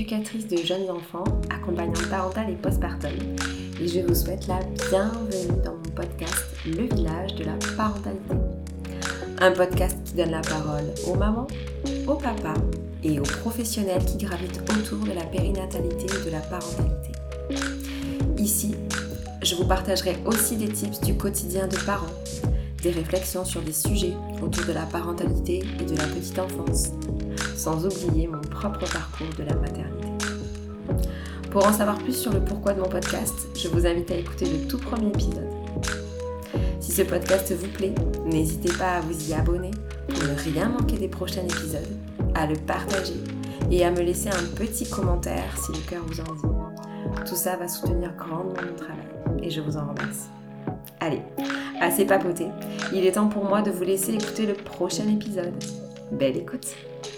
éducatrice de jeunes enfants, accompagnante parentale et postpartum, et je vous souhaite la bienvenue dans mon podcast Le Village de la Parentalité. Un podcast qui donne la parole aux mamans, aux papas et aux professionnels qui gravitent autour de la périnatalité et de la parentalité. Ici, je vous partagerai aussi des tips du quotidien de parents, des réflexions sur des sujets autour de la parentalité et de la petite enfance, sans oublier mon propre parcours de la maternité. Pour en savoir plus sur le pourquoi de mon podcast, je vous invite à écouter le tout premier épisode. Si ce podcast vous plaît, n'hésitez pas à vous y abonner pour ne rien manquer des prochains épisodes, à le partager et à me laisser un petit commentaire si le cœur vous en dit. Tout ça va soutenir grandement mon travail et je vous en remercie. Allez, assez papoté, il est temps pour moi de vous laisser écouter le prochain épisode. Belle écoute!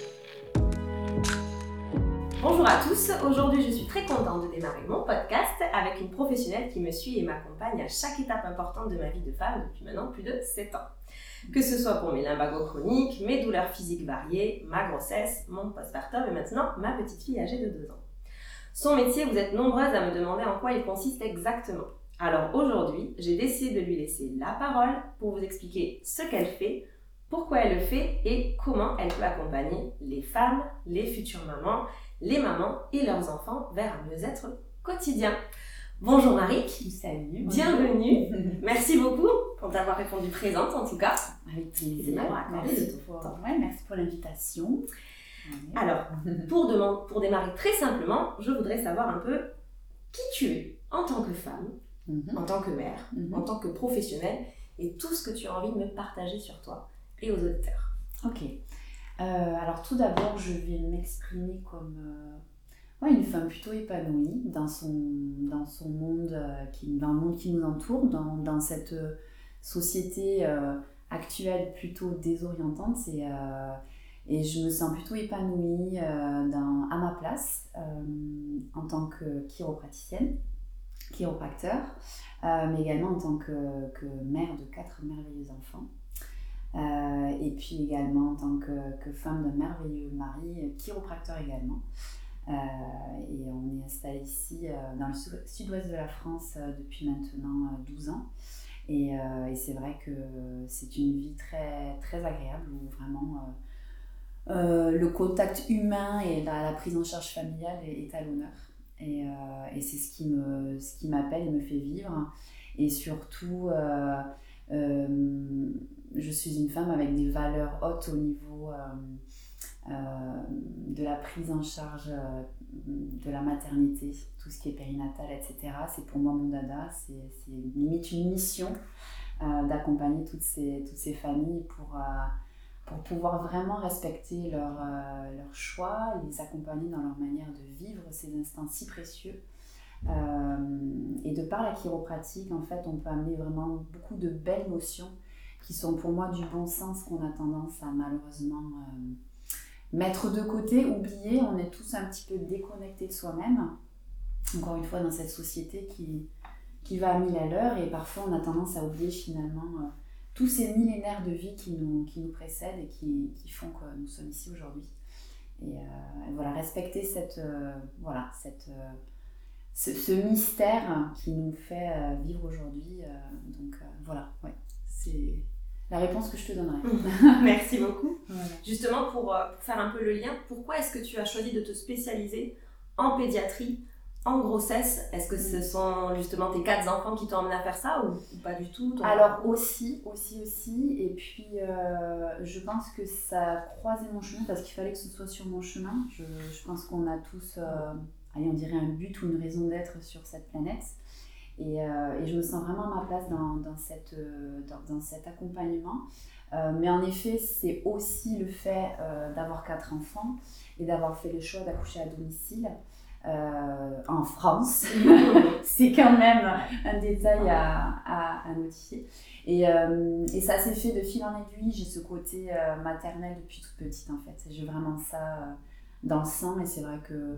Bonjour à tous, aujourd'hui je suis très contente de démarrer mon podcast avec une professionnelle qui me suit et m'accompagne à chaque étape importante de ma vie de femme depuis maintenant plus de 7 ans. Que ce soit pour mes lumbagos chroniques, mes douleurs physiques variées, ma grossesse, mon postpartum et maintenant ma petite fille âgée de 2 ans. Son métier, vous êtes nombreuses à me demander en quoi il consiste exactement. Alors aujourd'hui, j'ai décidé de lui laisser la parole pour vous expliquer ce qu'elle fait, pourquoi elle le fait et comment elle peut accompagner les femmes, les futures mamans, les mamans et leurs enfants vers un mieux-être quotidien. Bonjour Marik. Salut. Bienvenue. Merci beaucoup pour t'avoir répondu présente en tout cas. Avec plaisir. Merci pour l'invitation. Alors, pour démarrer très simplement, je voudrais savoir un peu qui tu es en tant que femme, en tant que mère, en tant que professionnelle et tout ce que tu as envie de me partager sur toi et aux auditeurs. Ok. Alors tout d'abord, je vais m'exprimer comme une femme plutôt épanouie dans son monde, dans le monde qui nous entoure, dans cette société actuelle plutôt désorientante. Et je me sens plutôt épanouie à ma place en tant que chiropracteur, mais également en tant que mère de 4 merveilleux enfants. Et puis également en tant que femme d'un merveilleux mari, chiropracteur également. Et on est installé ici dans le sud-ouest de la France depuis maintenant 12 ans. Et c'est vrai que c'est une vie très, très agréable où vraiment le contact humain et la prise en charge familiale est à l'honneur. Et c'est ce qui m'appelle et me fait vivre. Et surtout, je suis une femme avec des valeurs hautes au niveau de la prise en charge de la maternité, tout ce qui est périnatal, etc. C'est pour moi mon dada, c'est limite une mission d'accompagner toutes ces familles pour pouvoir vraiment respecter leur choix, les accompagner dans leur manière de vivre ces instants si précieux. Et de par la chiropratique, en fait, on peut amener vraiment beaucoup de belles notions qui sont pour moi du bon sens qu'on a tendance à malheureusement mettre de côté, oublier. On est tous un petit peu déconnectés de soi-même, encore une fois dans cette société qui va à 1000 à l'heure, et parfois on a tendance à oublier finalement tous ces millénaires de vie qui nous précèdent et qui font que nous sommes ici aujourd'hui. Et voilà, respecter ce mystère qui nous fait vivre aujourd'hui. Voilà, ouais, c'est la réponse que je te donnerai. Merci beaucoup. Voilà. Justement, pour faire un peu le lien, pourquoi est-ce que tu as choisi de te spécialiser en pédiatrie, en grossesse? Est-ce que ce sont justement tes 4 enfants qui t'ont amené à faire ça ou pas du tout? Alors aussi. Et puis, je pense que ça a croisé mon chemin parce qu'il fallait que ce soit sur mon chemin. Je pense qu'on a tous, on dirait un but ou une raison d'être sur cette planète. Et je me sens vraiment à ma place dans cet accompagnement. Mais en effet, c'est aussi le fait d'avoir 4 enfants et d'avoir fait le choix d'accoucher à domicile en France. C'est quand même un détail à notifier. Et ça s'est fait de fil en aiguille. J'ai ce côté maternel depuis toute petite en fait. J'ai vraiment ça dans le sang et c'est vrai que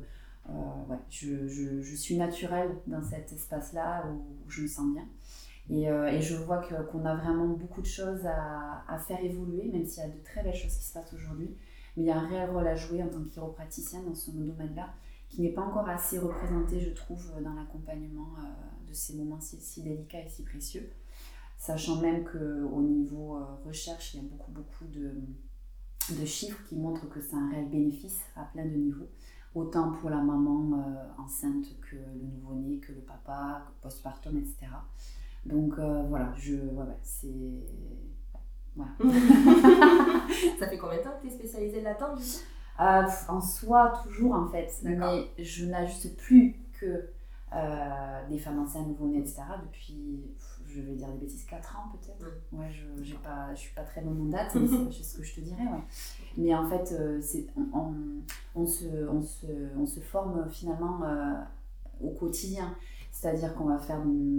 je suis naturelle dans cet espace-là où je me sens bien. Et je vois qu'on a vraiment beaucoup de choses à faire évoluer, même s'il y a de très belles choses qui se passent aujourd'hui. Mais il y a un réel rôle à jouer en tant que chiropraticienne dans ce domaine-là qui n'est pas encore assez représenté, je trouve, dans l'accompagnement de ces moments si délicats et si précieux. Sachant même qu'au niveau recherche, il y a beaucoup de chiffres qui montrent que c'est un réel bénéfice à plein de niveaux. Autant pour la maman enceinte que le nouveau-né, que le papa, postpartum, etc. Donc voilà, c'est... Voilà. Ça fait combien de temps que tu es spécialisée là-dedans du coup ? En soi, toujours en fait. D'accord. Mais je n'ajuste plus que des femmes enceintes, nouveau-nés, etc. depuis, je vais dire des bêtises, 4 ans peut-être. Ouais, je suis pas très bonne en date, mais c'est ce que je te dirais. Ouais. Mais en fait, on se forme finalement au quotidien. C'est-à-dire qu'on va faire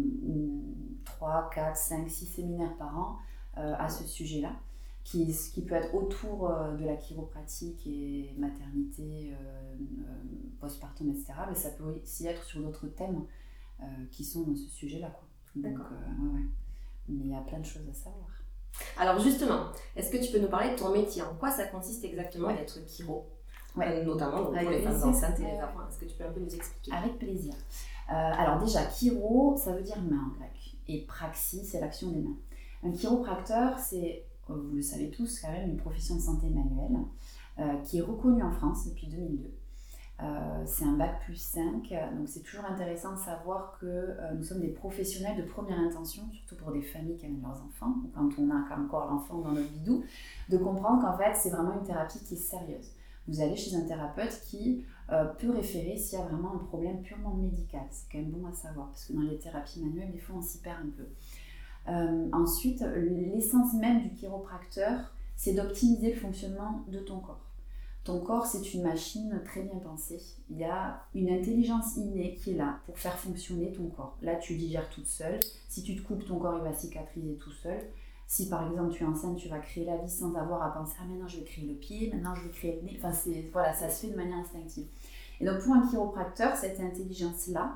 3, 4, 5, 6 séminaires par an à ce sujet-là, qui peut être autour de la chiropratique et maternité, postpartum, etc. Mais ça peut aussi être sur d'autres thèmes qui sont dans ce sujet-là, quoi. D'accord. Donc, ouais. Mais il y a plein de choses à savoir. Alors justement, est-ce que tu peux nous parler de ton métier ? En quoi ça consiste exactement d'être chiro ? Notamment donc, pour les femmes enceintes et les enfants. Est-ce que tu peux un peu nous expliquer ? Avec plaisir. Alors déjà, chiro, ça veut dire main en grec. Et praxis, c'est l'action des mains. Un chiropracteur, c'est, vous le savez tous, quand même une profession de santé manuelle qui est reconnue en France depuis 2002. C'est un bac plus 5, donc c'est toujours intéressant de savoir que nous sommes des professionnels de première intention, surtout pour des familles qui amènent leurs enfants, ou quand on a encore l'enfant dans notre bidou, de comprendre qu'en fait c'est vraiment une thérapie qui est sérieuse. Vous allez chez un thérapeute qui peut référer s'il y a vraiment un problème purement médical. C'est quand même bon à savoir, parce que dans les thérapies manuelles, des fois on s'y perd un peu. Ensuite, l'essence même du chiropracteur, c'est d'optimiser le fonctionnement de ton corps. Ton corps, c'est une machine très bien pensée. Il y a une intelligence innée qui est là pour faire fonctionner ton corps. Là, tu digères toute seule. Si tu te coupes, ton corps il va cicatriser tout seul. Si par exemple tu es enceinte, tu vas créer la vie sans avoir à penser « Ah, maintenant je vais créer le pied, maintenant je vais créer le nez ». Enfin, ça se fait de manière instinctive. Et donc pour un chiropracteur, cette intelligence-là,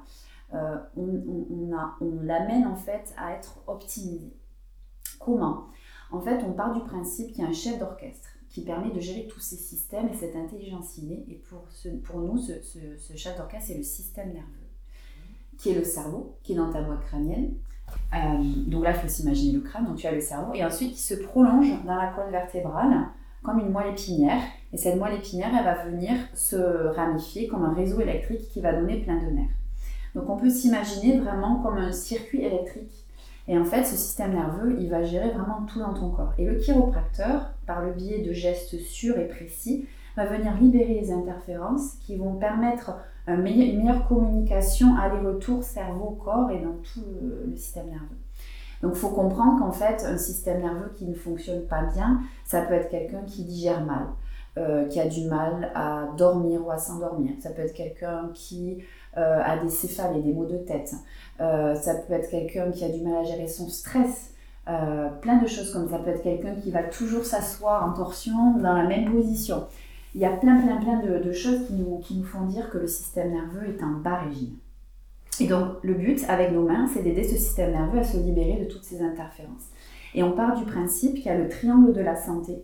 on l'amène en fait à être optimisée. Comment ? En fait, on part du principe qu'il y a un chef d'orchestre qui permet de gérer tous ces systèmes et cette intelligence innée. Et pour nous, ce chef d'orchestre, c'est le système nerveux, qui est le cerveau, qui est dans ta boîte crânienne. Donc là, il faut s'imaginer le crâne, donc tu as le cerveau, et ensuite il se prolonge dans la colonne vertébrale comme une moelle épinière. Et cette moelle épinière, elle va venir se ramifier comme un réseau électrique qui va donner plein de nerfs. Donc on peut s'imaginer vraiment comme un circuit électrique. Et en fait, ce système nerveux, il va gérer vraiment tout dans ton corps. Et le chiropracteur, par le biais de gestes sûrs et précis, va venir libérer les interférences qui vont permettre une meilleure communication, aller-retour, cerveau-corps et dans tout le système nerveux. Donc il faut comprendre qu'en fait, un système nerveux qui ne fonctionne pas bien, ça peut être quelqu'un qui digère mal, qui a du mal à dormir ou à s'endormir. Ça peut être quelqu'un qui a des céphalées, des maux de tête. Ça peut être quelqu'un qui a du mal à gérer son stress. Plein de choses comme ça. Ça peut être quelqu'un qui va toujours s'asseoir en torsion dans la même position. Il y a plein de choses qui nous font dire que le système nerveux est en bas régime. Et donc le but avec nos mains, c'est d'aider ce système nerveux à se libérer de toutes ces interférences. Et on part du principe qu'il y a le triangle de la santé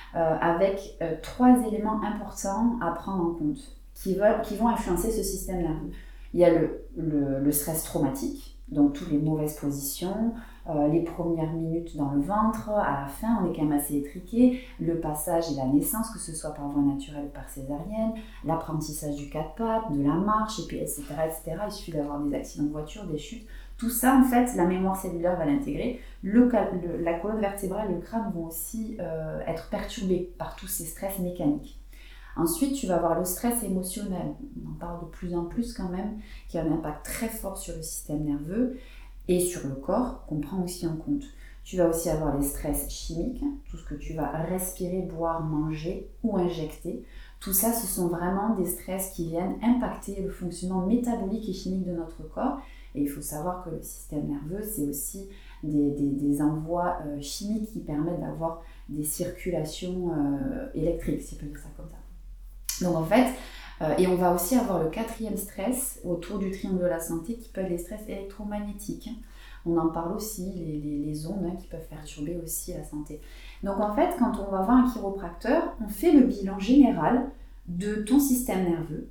avec 3 éléments importants à prendre en compte qui vont influencer ce système nerveux. Il y a le stress traumatique, donc toutes les mauvaises positions, les premières minutes dans le ventre, à la fin on est quand même assez étriqué, le passage et la naissance, que ce soit par voie naturelle ou par césarienne, l'apprentissage du 4 pattes, de la marche, et puis etc. Il suffit d'avoir des accidents de voiture, des chutes. Tout ça, en fait, la mémoire cellulaire va l'intégrer. La colonne vertébrale et le crâne vont aussi être perturbés par tous ces stress mécaniques. Ensuite, tu vas avoir le stress émotionnel. On en parle de plus en plus quand même, qui a un impact très fort sur le système nerveux et sur le corps, qu'on prend aussi en compte. Tu vas aussi avoir les stress chimiques, tout ce que tu vas respirer, boire, manger ou injecter. Tout ça, ce sont vraiment des stress qui viennent impacter le fonctionnement métabolique et chimique de notre corps. Et il faut savoir que le système nerveux, c'est aussi des envois chimiques qui permettent d'avoir des circulations électriques, si on peut dire ça comme ça. Donc en fait, et on va aussi avoir le 4e stress autour du triangle de la santé qui peut être les stress électromagnétiques. On en parle aussi, les ondes qui peuvent perturber aussi la santé. Donc en fait, quand on va voir un chiropracteur, on fait le bilan général de ton système nerveux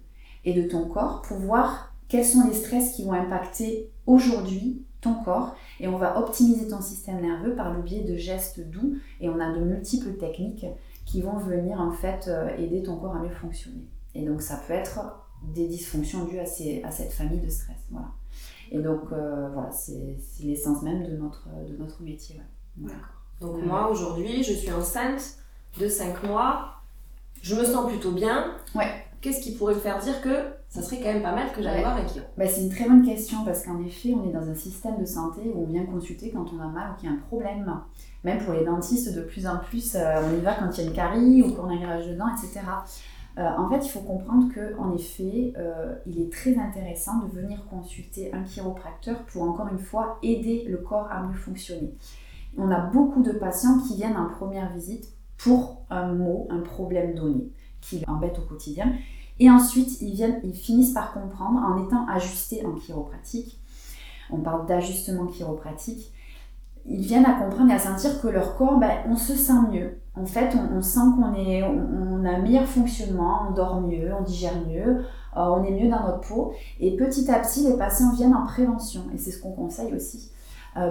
et de ton corps pour voir quels sont les stress qui vont impacter aujourd'hui ton corps, et on va optimiser ton système nerveux par le biais de gestes doux, et on a de multiples techniques qui vont venir en fait aider ton corps à mieux fonctionner. Et donc ça peut être des dysfonctions dues à cette famille de stress. Voilà. Et donc voilà, c'est l'essence même de notre métier. Ouais. D'accord. Donc moi aujourd'hui je suis enceinte de 5 mois, je me sens plutôt bien. Ouais. Qu'est-ce qui pourrait me faire dire que ça serait quand même pas mal que j'aille voir un chiro? C'est une très bonne question, parce qu'en effet on est dans un système de santé où on vient consulter quand on a mal ou qu'il y a un problème. Même pour les dentistes, de plus en plus on y va quand il y a une carie ou qu'on a un grillage de dents, etc. En fait, il faut comprendre qu'en effet, il est très intéressant de venir consulter un chiropracteur pour, encore une fois, aider le corps à mieux fonctionner. On a beaucoup de patients qui viennent en première visite pour un mot, un problème donné, qui l'embête au quotidien. Et ensuite, ils finissent par comprendre en étant ajustés en chiropratique. On parle d'ajustement chiropratique. Ils viennent à comprendre et à sentir que leur corps, on se sent mieux. En fait, on sent on a un meilleur fonctionnement, on dort mieux, on digère mieux, on est mieux dans notre peau. Et petit à petit, les patients viennent en prévention. Et c'est ce qu'on conseille aussi. Pourquoi ?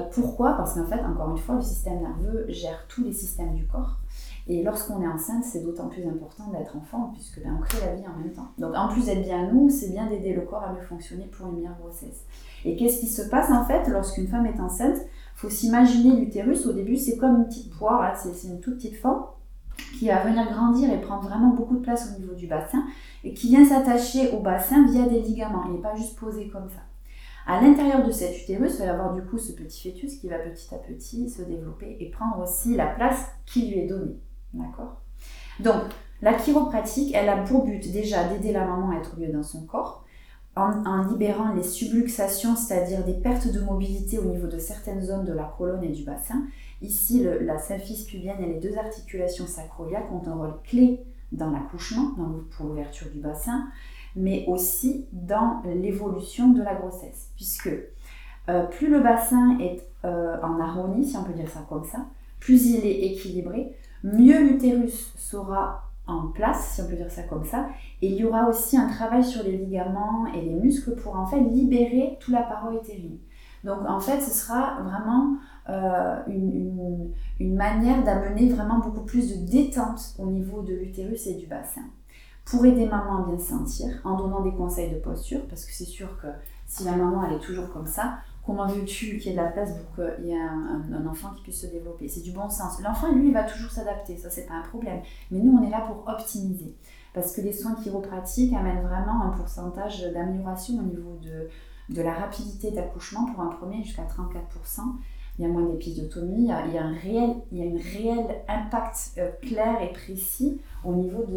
Parce qu'en fait, encore une fois, le système nerveux gère tous les systèmes du corps. Et lorsqu'on est enceinte, c'est d'autant plus important d'être en forme, puisque on crée la vie en même temps. Donc en plus d'être bien nous, c'est bien d'aider le corps à mieux fonctionner pour une meilleure grossesse. Et qu'est-ce qui se passe en fait lorsqu'une femme est enceinte ? Il faut s'imaginer l'utérus, au début c'est comme une petite poire, là, c'est une toute petite forme qui va venir grandir et prendre vraiment beaucoup de place au niveau du bassin, et qui vient s'attacher au bassin via des ligaments, il n'est pas juste posé comme ça. À l'intérieur de cet utérus, il va y avoir du coup ce petit fœtus qui va petit à petit se développer et prendre aussi la place qui lui est donnée. D'accord ? Donc, la chiropratique, elle a pour but déjà d'aider la maman à être mieux dans son corps, en libérant les subluxations, c'est-à-dire des pertes de mobilité au niveau de certaines zones de la colonne et du bassin. Ici, la symphyse pubienne et les deux articulations sacroiliaques ont un rôle clé dans l'accouchement, pour l'ouverture du bassin, mais aussi dans l'évolution de la grossesse, puisque plus le bassin est en harmonie, si on peut dire ça comme ça, plus il est équilibré, mieux l'utérus sera en place, si on peut dire ça comme ça, et il y aura aussi un travail sur les ligaments et les muscles pour en fait libérer toute la paroi utérine. Donc en fait, ce sera vraiment une manière d'amener vraiment beaucoup plus de détente au niveau de l'utérus et du bassin, pour aider maman à bien se sentir, en donnant des conseils de posture, parce que c'est sûr que si la maman elle est toujours comme ça, comment veux-tu qu'il y ait de la place pour qu'il y ait un enfant qui puisse se développer ? C'est du bon sens. L'enfant, lui, il va toujours s'adapter, ça c'est pas un problème. Mais nous, on est là pour optimiser, parce que les soins chiropratiques amènent vraiment un pourcentage d'amélioration au niveau de la rapidité d'accouchement pour un premier jusqu'à 34%. Il y a moins d'épisiotomie, il y a un réel impact clair et précis au niveau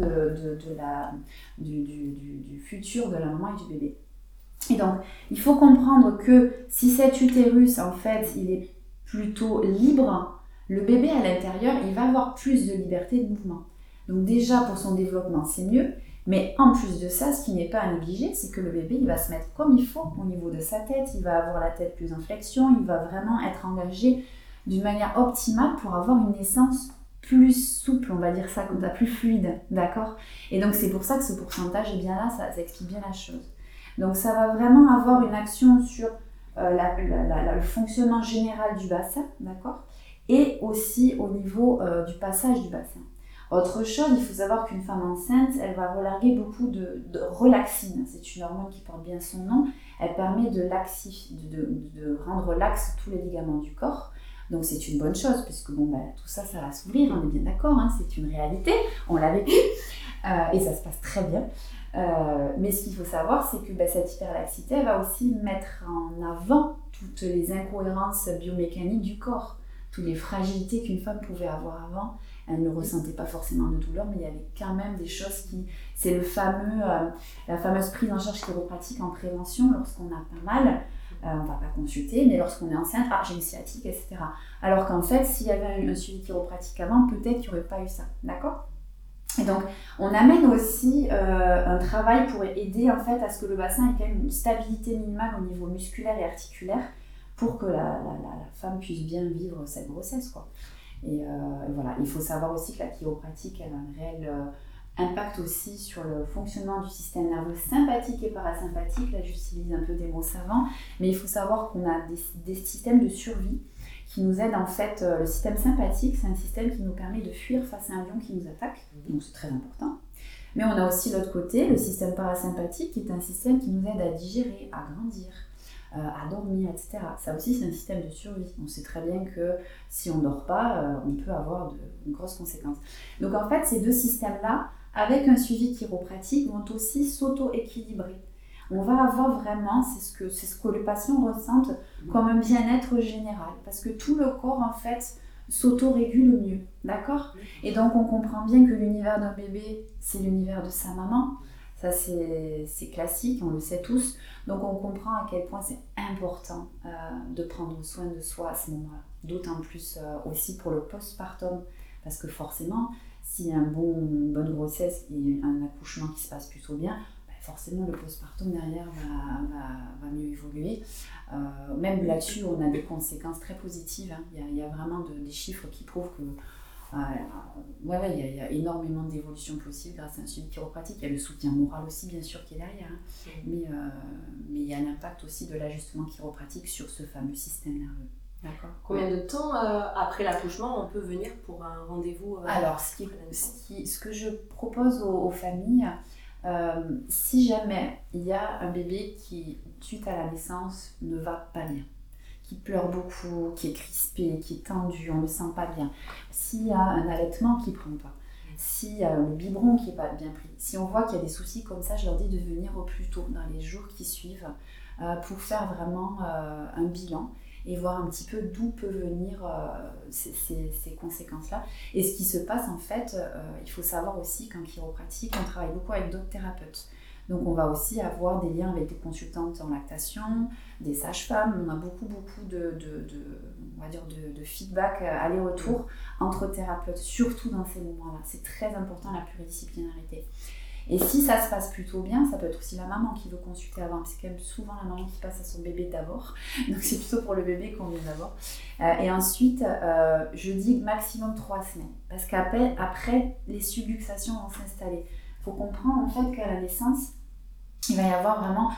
du futur de la maman et du bébé. Et donc, il faut comprendre que si cet utérus, en fait, il est plutôt libre, le bébé à l'intérieur, il va avoir plus de liberté de mouvement. Donc déjà, pour son développement, c'est mieux. Mais en plus de ça, ce qui n'est pas à négliger, c'est que le bébé, il va se mettre comme il faut au niveau de sa tête. Il va avoir la tête plus en flexion, il va vraiment être engagé d'une manière optimale pour avoir une naissance plus souple, on va dire ça comme ça, plus fluide, d'accord ? Et donc, c'est pour ça que ce pourcentage est bien là, ça explique bien la chose. Donc ça va vraiment avoir une action sur le fonctionnement général du bassin, d'accord ? Et aussi au niveau du passage du bassin. Autre chose, il faut savoir qu'une femme enceinte, elle va relarguer beaucoup de relaxine. C'est une hormone qui porte bien son nom. Elle permet de rendre laxe tous les ligaments du corps. Donc c'est une bonne chose, puisque tout ça, ça va s'ouvrir, on est bien d'accord, hein, c'est une réalité, on l'a vécu, et ça se passe très bien. Mais ce qu'il faut savoir, c'est que cette hyperlaxité, elle va aussi mettre en avant toutes les incohérences biomécaniques du corps, toutes les fragilités qu'une femme pouvait avoir avant. Elle ne ressentait pas forcément de douleur, mais il y avait quand même des choses qui... C'est la fameuse prise en charge chiropratique en prévention lorsqu'on a pas mal. On ne va pas consulter, mais lorsqu'on est enceinte, j'ai une sciatique, etc. Alors qu'en fait, s'il y avait un suivi chiropratique avant, peut-être qu'il n'y aurait pas eu ça. D'accord ? Et donc, on amène aussi un travail pour aider en fait à ce que le bassin ait quand même une stabilité minimale au niveau musculaire et articulaire pour que la femme puisse bien vivre cette grossesse, quoi. Et voilà, il faut savoir aussi que la chiropratique elle a un réel impact aussi sur le fonctionnement du système nerveux sympathique et parasympathique. Là, j'utilise un peu des mots savants, mais il faut savoir qu'on a des systèmes de survie qui nous aident en fait. Le système sympathique, c'est un système qui nous permet de fuir face à un lion qui nous attaque, donc c'est très important. Mais on a aussi l'autre côté, le système parasympathique, qui est un système qui nous aide à digérer, à grandir, à dormir, etc. Ça aussi, c'est un système de survie. On sait très bien que si on ne dort pas, on peut avoir de grosses conséquences. Donc en fait, ces deux systèmes-là, avec un suivi chiropratique, vont aussi s'auto-équilibrer. On va avoir vraiment, c'est ce que le patient ressente comme un bien-être général. Parce que tout le corps, en fait, s'auto-régule mieux, d'accord ? Et donc on comprend bien que l'univers d'un bébé, c'est l'univers de sa maman. Ça c'est classique, on le sait tous. Donc on comprend à quel point c'est important de prendre soin de soi à ce moment-là. D'autant plus aussi pour le postpartum. Parce que forcément, s'il y a une bonne grossesse et un accouchement qui se passe plutôt bien, forcément le postpartum derrière va mieux évoluer. Même là-dessus, on a des conséquences très positives. Hein. Il y a vraiment des chiffres qui prouvent que il y a énormément d'évolutions possibles grâce à un suivi chiropratique. Il y a le soutien moral aussi, bien sûr, qui est derrière. Hein. Mais il y a un impact aussi de l'ajustement chiropratique sur ce fameux système nerveux. D'accord. Combien de temps après l'accouchement on peut venir pour un rendez-vous Alors, ce que je propose aux familles, si jamais il y a un bébé qui, suite à la naissance, ne va pas bien, qui pleure beaucoup, qui est crispé, qui est tendu, on ne le sent pas bien, s'il y a un allaitement qui ne prend pas, s'il y a le biberon qui n'est pas bien pris, si on voit qu'il y a des soucis comme ça, je leur dis de venir au plus tôt, dans les jours qui suivent, pour faire vraiment un bilan et voir un petit peu d'où peuvent venir ces conséquences-là. Et ce qui se passe en fait, il faut savoir aussi qu'en chiropratique, on travaille beaucoup avec d'autres thérapeutes. Donc on va aussi avoir des liens avec des consultantes en lactation, des sages-femmes. On a beaucoup de feedback aller-retour entre thérapeutes, surtout dans ces moments-là. C'est très important la pluridisciplinarité. Et si ça se passe plutôt bien, ça peut être aussi la maman qui veut consulter avant, parce que c'est quand même souvent la maman qui passe à son bébé d'abord. Donc c'est plutôt pour le bébé qu'on vient d'abord. Et ensuite, je dis maximum 3 semaines. Parce qu'après, les subluxations vont s'installer. Il faut comprendre en fait qu'à la naissance, il va y avoir vraiment...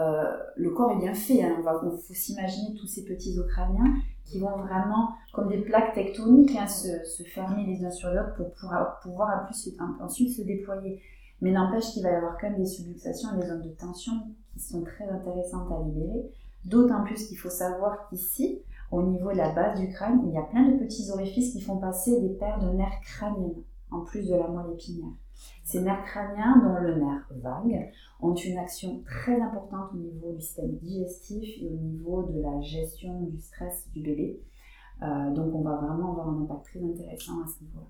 le corps est bien fait. Hein. Il faut s'imaginer tous ces petits os crâniens qui vont vraiment, comme des plaques tectoniques, hein, se fermer les uns sur les autres pour pouvoir ensuite se déployer. Mais n'empêche qu'il va y avoir quand même des subluxations et des zones de tension qui sont très intéressantes à libérer. D'autant plus qu'il faut savoir qu'ici, au niveau de la base du crâne, il y a plein de petits orifices qui font passer des paires de nerfs crâniens, en plus de la moelle épinière. Ces nerfs crâniens, dont le nerf vague, ont une action très importante au niveau du système digestif et au niveau de la gestion du stress du bébé. Donc on va vraiment avoir un impact très intéressant à ce niveau-là.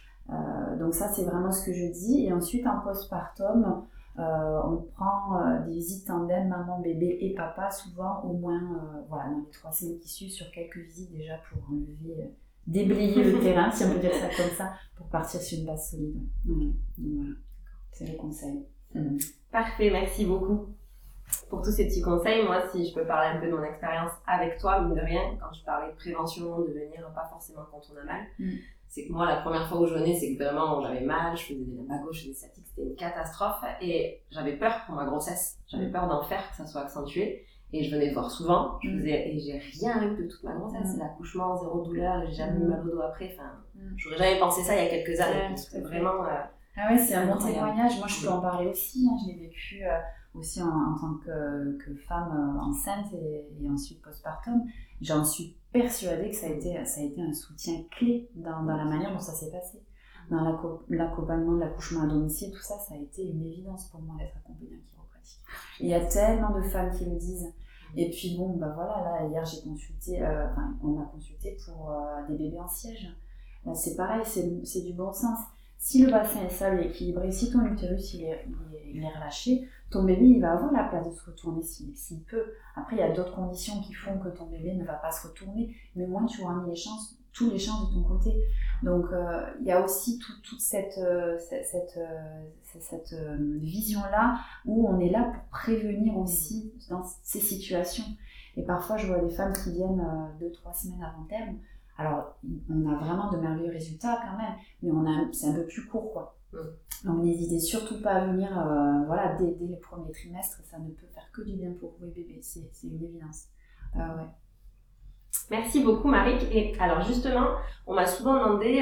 Donc ça c'est vraiment ce que je dis. Et ensuite en postpartum, on prend des visites tandem maman, bébé et papa, souvent au moins dans les 3 semaines qui suivent, sur quelques visites déjà pour enlever, déblayer le terrain, si on peut dire ça comme ça, pour partir sur une base solide. Donc voilà, c'est le conseil. Parfait, merci beaucoup pour tous ces petits conseils. Moi, si je peux parler un peu de mon expérience avec toi, mine de rien, quand je parlais de prévention, de venir pas forcément quand on a mal, c'est que moi, la première fois où je venais, c'est que vraiment j'avais mal, je faisais des ma gauche, des sciatiques, c'était une catastrophe et j'avais peur pour ma grossesse. J'avais peur d'en faire, que ça soit accentué. Et je venais voir souvent, et j'ai rien eu de toute ma grossesse. C'est l'accouchement, 0 douleur, j'ai jamais eu mal au dos après. Enfin, j'aurais jamais pensé ça il y a quelques années. C'était vraiment... Ah ouais, c'est un bon témoignage. Moi, je peux en parler aussi. Hein. Je l'ai vécu aussi en tant que femme enceinte et ensuite postpartum. J'en suis persuadée que ça a été un soutien clé dans la manière dont ça s'est passé. Dans l'accompagnement de l'accouchement à domicile, tout ça, ça a été une évidence pour moi d'être accompagnée en chiropratique. Et il y a tellement de femmes qui le disent. Et puis bon, là, hier j'ai consulté, on m'a consulté pour des bébés en siège. Là, c'est pareil, c'est du bon sens. Si le bassin est stable et équilibré, si ton utérus il est relâché, ton bébé il va avoir la place de se retourner s'il peut. Après, il y a d'autres conditions qui font que ton bébé ne va pas se retourner, mais moins tu auras mis tous les chances de ton côté. Donc, il y a aussi toute cette vision-là où on est là pour prévenir aussi dans ces situations. Et parfois, je vois des femmes qui viennent 2-3 semaines avant terme. Alors, on a vraiment de merveilleux résultats quand même, mais c'est un peu plus court, quoi. Donc n'hésitez surtout pas à venir dès les premiers trimestres, ça ne peut faire que du bien pour vous et bébé, c'est une évidence. Ouais. Merci beaucoup Marie. Et alors justement, on m'a souvent demandé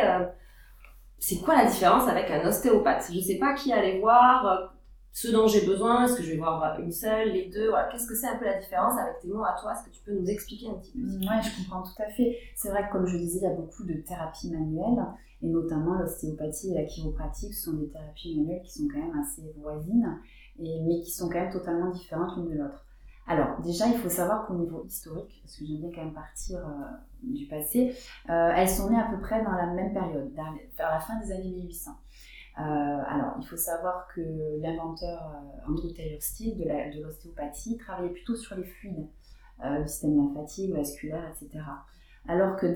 c'est quoi la différence avec un ostéopathe? Je ne sais pas qui aller voir, ce dont j'ai besoin, est-ce que je vais voir une seule, les deux, voilà. Qu'est-ce que c'est un peu la différence avec tes mots à toi? Est-ce que tu peux nous expliquer un petit peu? Ouais, je comprends tout à fait. C'est vrai que comme je disais, il y a beaucoup de thérapies manuelles, et notamment l'ostéopathie et la chiropratique sont des thérapies manuelles qui sont quand même assez voisines, mais qui sont quand même totalement différentes l'une de l'autre. Alors déjà, il faut savoir qu'au niveau historique, parce que j'aime bien quand même partir du passé, elles sont nées à peu près dans la même période, vers la fin des années 1800. Alors, il faut savoir que l'inventeur Andrew Taylor Still de l'ostéopathie travaillait plutôt sur les fluides, le système lymphatique, vasculaire, etc. Alors que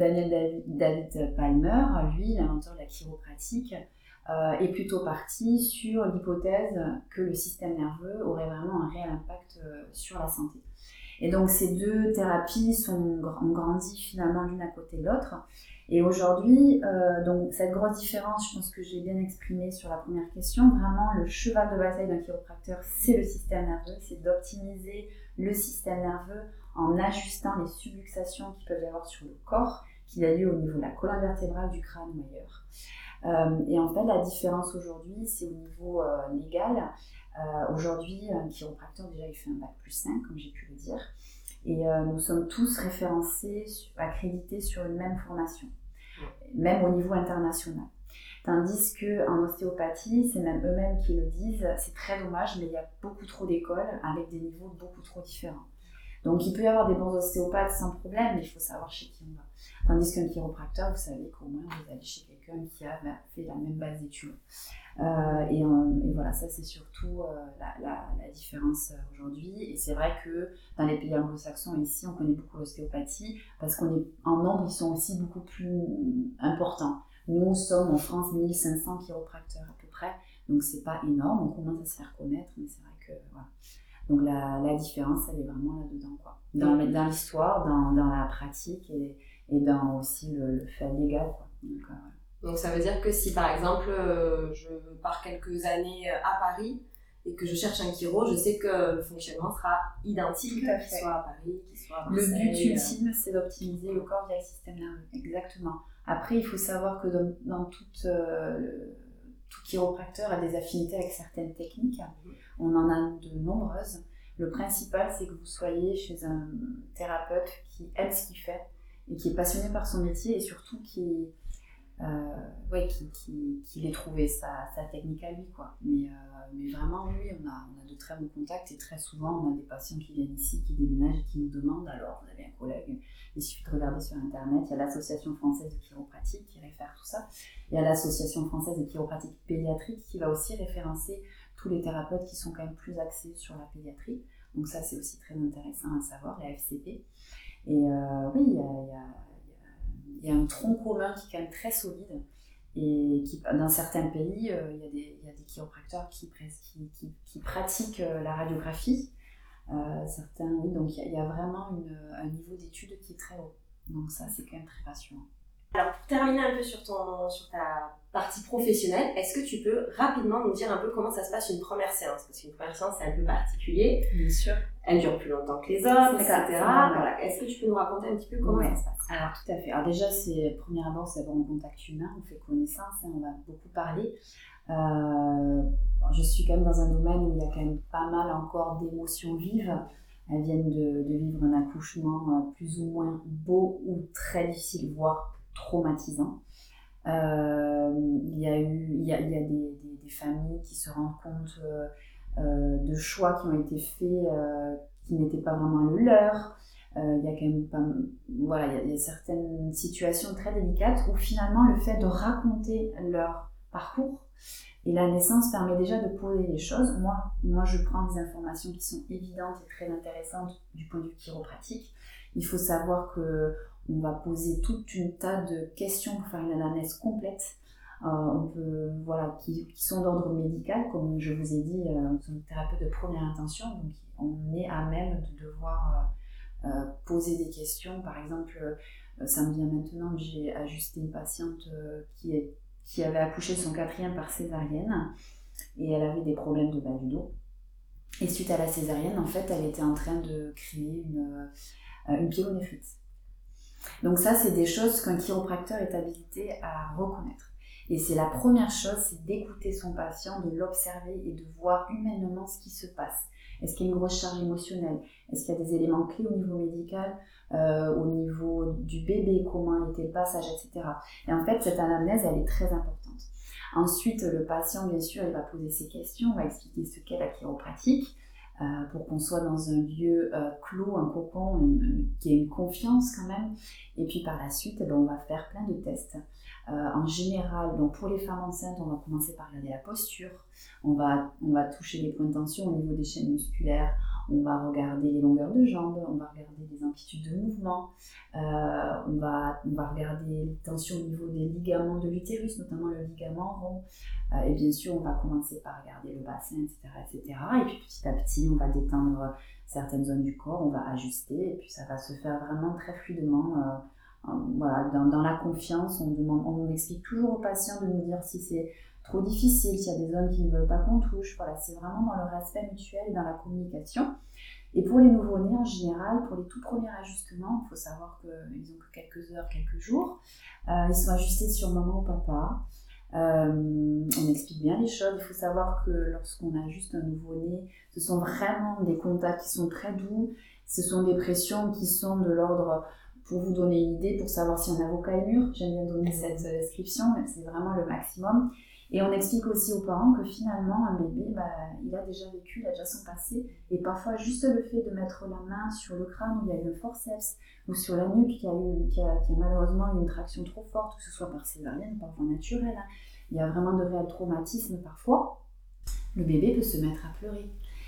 David Palmer, lui, l'inventeur de la chiropratique, est plutôt parti sur l'hypothèse que le système nerveux aurait vraiment un réel impact sur la santé. Et donc ces deux thérapies ont grandi finalement l'une à côté de l'autre. Et aujourd'hui, donc cette grosse différence, je pense que j'ai bien exprimé sur la première question, vraiment le cheval de bataille d'un chiropracteur, c'est le système nerveux, c'est d'optimiser le système nerveux en ajustant les subluxations qui peuvent y avoir sur le corps, qu'il y a lieu au niveau de la colonne vertébrale, du crâne ou ailleurs. Et en fait, la différence aujourd'hui, c'est au niveau légal. Aujourd'hui, un chiropracteur, déjà, il fait un bac+5, comme j'ai pu le dire. Et nous sommes tous référencés, accrédités sur une même formation, même au niveau international. Tandis qu'en ostéopathie, c'est même eux-mêmes qui le disent, c'est très dommage, mais il y a beaucoup trop d'écoles avec des niveaux beaucoup trop différents. Donc il peut y avoir des bons ostéopathes sans problème, mais il faut savoir chez qui on va. Tandis qu'un chiropracteur, vous savez qu'au moins vous allez chez quelqu'un qui a fait la même base d'études. Et voilà, ça c'est surtout la différence aujourd'hui. Et c'est vrai que dans les pays anglo-saxons, ici, on connaît beaucoup l'ostéopathie parce qu'en nombre, ils sont aussi beaucoup plus importants. Nous sommes en France 1500 chiropracteurs à peu près, donc c'est pas énorme, on commence à se faire connaître, mais c'est vrai que voilà. Donc la différence, elle est vraiment là-dedans, quoi. Dans l'histoire, dans la pratique et dans aussi le fait légal, quoi. Donc ça veut dire que si par exemple je pars quelques années à Paris et que je cherche un chiro, je sais que le fonctionnement sera identique, qu'il soit à Paris, qu'il soit à Marseille. Le but ultime, c'est d'optimiser le corps via le système nerveux, exactement. Après, il faut savoir que dans tout chiropracteur a des affinités avec certaines techniques. On en a de nombreuses. Le principal, c'est que vous soyez chez un thérapeute qui aime ce qu'il fait et qui est passionné par son métier et surtout qu'il ait trouvé sa technique à lui, quoi. Mais vraiment, oui, on a de très bons contacts et très souvent, on a des patients qui viennent ici, qui déménagent et qui nous demandent, alors, vous avez un collègue, il suffit de regarder sur Internet, il y a l'Association française de chiropratique qui réfère tout ça, il y a l'Association française de chiropratique pédiatrique qui va aussi référencer tous les thérapeutes qui sont quand même plus axés sur la pédiatrie. Donc ça, c'est aussi très intéressant à savoir, la FCP. Et oui, il y a un tronc commun qui est quand même très solide et qui, dans certains pays, il y a des chiropracteurs qui pratiquent la radiographie. Certains, oui, donc il y a vraiment un niveau d'étude qui est très haut. Donc ça, c'est quand même très rassurant. Alors, pour terminer un peu sur ta partie professionnelle, est-ce que tu peux rapidement nous dire un peu comment ça se passe une première séance? Parce qu'une première séance, c'est un peu particulier. Bien sûr. Elle dure plus longtemps que les autres, etc. Voilà. Est-ce que tu peux nous raconter un petit peu comment ça se passe? Alors, tout à fait. Alors déjà, premier abord, c'est avoir un contact humain, on fait connaissance, on va beaucoup parler. Je suis quand même dans un domaine où il y a quand même pas mal encore d'émotions vives. Elles viennent de vivre un accouchement plus ou moins beau ou très difficile, voire traumatisant. Il y a des familles qui se rendent compte de choix qui ont été faits qui n'étaient pas vraiment le leur. Il y a quand même il y a certaines situations très délicates où finalement le fait de raconter leur parcours et la naissance permet déjà de poser les choses. Moi je prends des informations qui sont évidentes et très intéressantes du point de vue chiropratique. Il faut savoir que on va poser toute une tas de questions pour faire une anamnèse complète. Qui sont d'ordre médical, comme je vous ai dit, nous sommes thérapeutes de première intention, donc on est à même de devoir poser des questions. Par exemple, ça me vient maintenant, j'ai ajusté une patiente qui qui avait accouché de son 4e par césarienne et elle avait des problèmes de bas du dos. Et suite à la césarienne, en fait, elle était en train de créer une pyélonéphrite. Donc ça, c'est des choses qu'un chiropracteur est habilité à reconnaître. Et c'est la première chose, c'est d'écouter son patient, de l'observer et de voir humainement ce qui se passe. Est-ce qu'il y a une grosse charge émotionnelle? Est-ce qu'il y a des éléments clés au niveau médical, au niveau du bébé, comment était le passage, etc. Et en fait, cette anamnèse, elle est très importante. Ensuite, le patient, bien sûr, il va poser ses questions, va expliquer ce qu'est la chiropratique, pour qu'on soit dans un lieu clos, un cocon, qui ait une confiance quand même. Et puis par la suite, on va faire plein de tests. En général, donc pour les femmes enceintes, on va commencer par regarder la posture, on va toucher les points de tension au niveau des chaînes musculaires, on va regarder les longueurs de jambes, on va regarder les amplitudes de mouvement, on va regarder les tensions au niveau des ligaments de l'utérus, notamment le ligament rond, et bien sûr on va commencer par regarder le bassin, etc. Et puis petit à petit on va détendre certaines zones du corps, on va ajuster, et puis ça va se faire vraiment très fluidement. Voilà, dans la confiance, on explique toujours aux patients de nous dire si c'est trop difficile, s'il y a des zones qu'ils ne veulent pas qu'on touche. Voilà, c'est vraiment dans le respect mutuel et dans la communication. Et pour les nouveau-nés en général, pour les tout premiers ajustements, il faut savoir qu'ils n'ont que quelques heures, quelques jours. Ils sont ajustés sur maman ou papa. On explique bien les choses. Il faut savoir que lorsqu'on ajuste un nouveau-né, ce sont vraiment des contacts qui sont très doux. Ce sont des pressions qui sont de l'ordre... Pour vous donner une idée, pour savoir si un avocat est mûr, j'aime bien donner cette description, c'est vraiment le maximum. Et on explique aussi aux parents que finalement, un bébé, il a déjà vécu, il a déjà son passé. Et parfois, juste le fait de mettre la main sur le crâne où il y a eu un forceps, ou sur la nuque qui a malheureusement eu une traction trop forte, que ce soit par césarienne ou par voie naturelle, il y a vraiment de réels traumatismes parfois. Le bébé peut se mettre à pleurer.